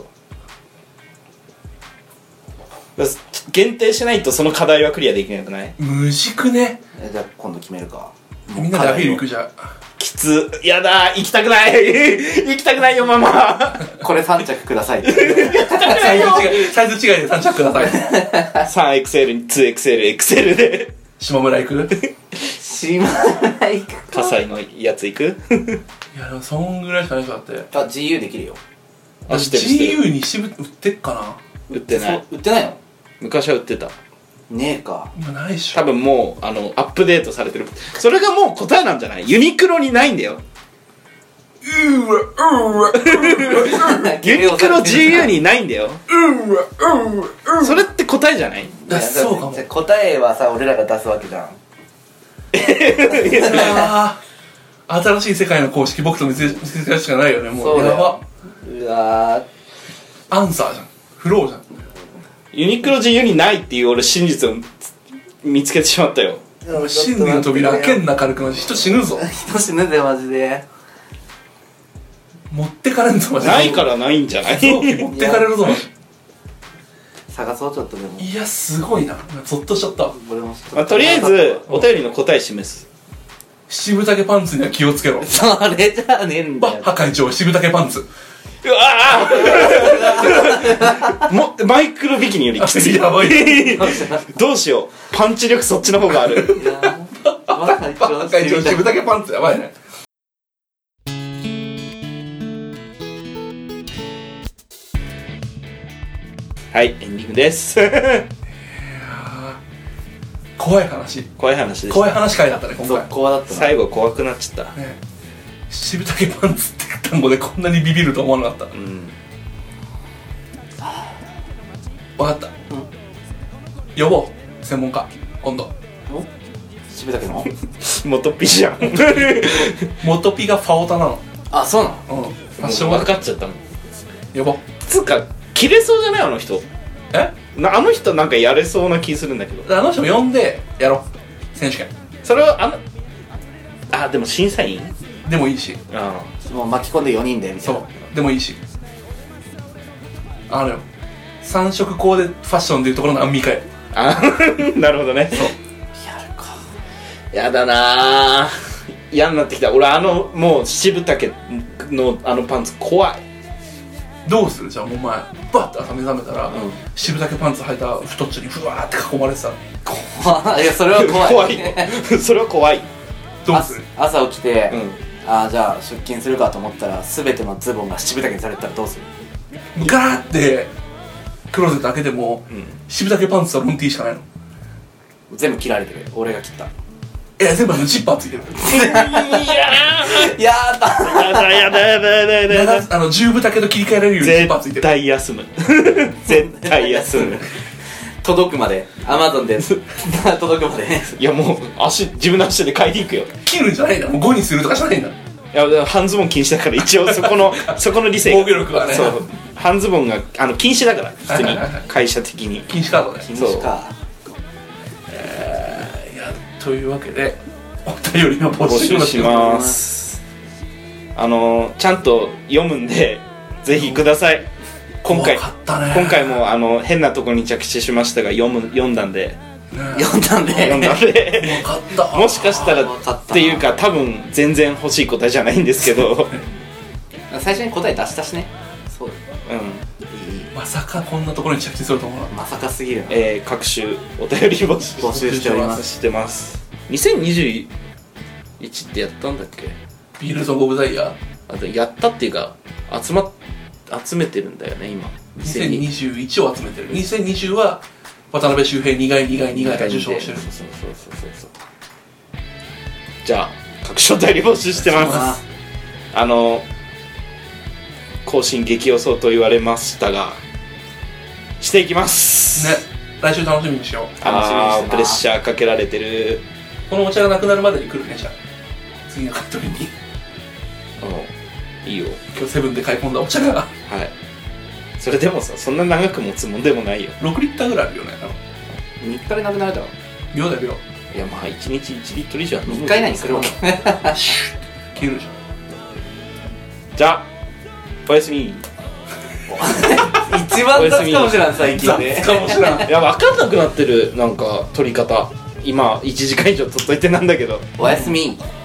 Speaker 1: 限定しないとその課題はクリアできなくない？
Speaker 2: 無軸ね。
Speaker 3: じゃあ今度決めるか。
Speaker 2: みんなでアピール行くじゃん。
Speaker 1: きつ、やだ、行きたくない行きたくないよママ。
Speaker 3: これ3着ください。
Speaker 1: サイズ
Speaker 2: 違いで3着ください。
Speaker 1: 3XL、2XL、XL で。
Speaker 2: 島村行く？
Speaker 3: 島村行くか。
Speaker 1: 葛西のやつ行く？
Speaker 2: いやでもそんぐらいしかない人だって。
Speaker 3: GU できるよ。
Speaker 2: GU に渋売ってっかな？
Speaker 1: 売ってない。
Speaker 3: 売ってないの？昔
Speaker 1: は売ってた。
Speaker 3: ねえか。
Speaker 2: 今ないっしょ。
Speaker 1: 多分もうアップデートされてる。それがもう答えなんじゃない？ユニクロにないんだよ。ユニクロ GU にないんだよ。それって答えじゃない？
Speaker 2: そうかも。
Speaker 3: 答えはさ、俺らが出すわけじゃん。
Speaker 2: 新しい世界の公式僕と見せるしかないよね。もうやば。
Speaker 3: うわ
Speaker 2: アンサーじゃん。フローじゃん。
Speaker 1: ユニクロ GU にないっていう俺真実を見つけてしまったよ。
Speaker 2: 真理の扉開けんな軽く、人死ぬぞ。
Speaker 3: 人死ぬぜマジで。
Speaker 2: 持ってかれんぞマジで。
Speaker 1: ないからないんじゃない？
Speaker 2: 持ってかれるぞマジ。
Speaker 3: 探そうちょっとでも。
Speaker 2: いやすごいな、ゾッとしちゃった。
Speaker 1: とりあえずお便りの答え示す。
Speaker 2: 七分丈パンツには気をつけろ。
Speaker 3: それじゃねえんだよ。
Speaker 2: バッハ会長七分丈パンツ。
Speaker 1: うわもマイクロビキニよりきつい。
Speaker 2: やばい。
Speaker 1: どうしよう、パンチ力そっちの方がある。
Speaker 2: バッハ会長七分丈パンツやばいね。
Speaker 1: はい、エンディングです。
Speaker 2: 怖い話でした。怖い話会だったね今回。
Speaker 3: 怖だったな。
Speaker 1: 最後怖くなっちゃった、
Speaker 2: ね、七分丈パンツって単語でこんなにビビると思わなかった。分かった、呼ぼう専門家今度。
Speaker 3: 七分丈の
Speaker 1: 元ピじゃん。
Speaker 2: 元ピがファオタなの。
Speaker 3: あ、そうなの？
Speaker 2: ファッション
Speaker 1: 分かっちゃったの。
Speaker 2: 呼ぼう。
Speaker 1: つうか切れそうじゃない？あの人。あの人なんかやれそうな気するんだけど。
Speaker 2: あの人も呼んでやろう選手権。
Speaker 1: それはでも審査員
Speaker 2: でもいいし、
Speaker 3: もう巻き込んで4人でみたいな。
Speaker 2: そうでもいいし、3色コーデファッションでいうところのアンミカよ。
Speaker 1: なるほどね。そう
Speaker 3: やるか。
Speaker 1: やだなぁ、嫌になってきた。俺もう七分丈のパンツ怖い。
Speaker 2: どうする？じゃあお前バッと朝目覚めたら、七分丈パンツ履いた太っちょにふわーって囲まれてた。
Speaker 3: 怖い。いやそれは怖い。
Speaker 1: それは怖い。
Speaker 2: どうする？
Speaker 3: 朝起きて、じゃあ出勤するかと思ったら全てのズボンが七分丈にされてたらどうする？
Speaker 2: ガーってクローゼット開けても、七分丈パンツとロン T しかないの。
Speaker 3: 全部切られてる。俺が切った。
Speaker 2: いや全部ジッパーついてる。
Speaker 3: やだ
Speaker 2: 10分だけど切り替えられるようにジッパーついてる。
Speaker 1: 絶対休む絶対休む
Speaker 3: 届くまで Amazon で届くまでね。
Speaker 1: いやもう自分の足で買いに行くよ。
Speaker 2: 切るんじゃないんだ、もう5にするとかじゃないんだ。
Speaker 1: いや半ズボン禁止だから、一応そこの理性
Speaker 2: 防御力はね。
Speaker 1: そう半ズボンが禁止だから、普通に会社的に
Speaker 2: 禁止カードね。
Speaker 3: 禁止か。
Speaker 2: というわけでお便りの募集
Speaker 1: します。ちゃんと読むんでぜひください。今回も変なとこに着地しましたが読んだんで
Speaker 3: 読んだんで
Speaker 1: もしかしたらっていうか多分全然欲しい答えじゃないんですけど
Speaker 3: 最初に答え出したしね。そうだ、
Speaker 2: まさかこんなところに着地すると思うな。
Speaker 3: まさかすぎる。
Speaker 1: 各種お便り募集してます。2021ってやったんだっけ。
Speaker 2: ビールズオブザイヤ
Speaker 1: ーやったっていうか集めてるんだよね今。
Speaker 2: 2021を集めてる。2020は渡辺周平苦いが受賞してる。そう
Speaker 1: じゃあ各種お便り募集してます。更新激予想と言われましたがしていきます
Speaker 2: ね。来週楽しみにしよう。
Speaker 1: プレッシャーかけられてる。
Speaker 2: このお茶がなくなるまでに来るね。じゃあ次の買い取りに
Speaker 1: いいよ。
Speaker 2: 今日セブンで買い込んだお茶が
Speaker 1: それでもさ、そんな長く持つもんでもないよ。
Speaker 2: 6リッターぐらいあるよね。
Speaker 3: 3日でなくなるだろ。
Speaker 2: 秒だよ秒。
Speaker 1: いやまあ1日1リットル以上は飲む。
Speaker 3: 3日以内に来るもん。
Speaker 2: 消えるじゃん。
Speaker 1: じゃあおやすみ。
Speaker 3: 一番雑かもしれん最近ね。
Speaker 2: 雑かもしれん。
Speaker 1: いや分かんなくなってる。なんか取り方今1時間以上取っといてなんだけど。
Speaker 3: おやすみ。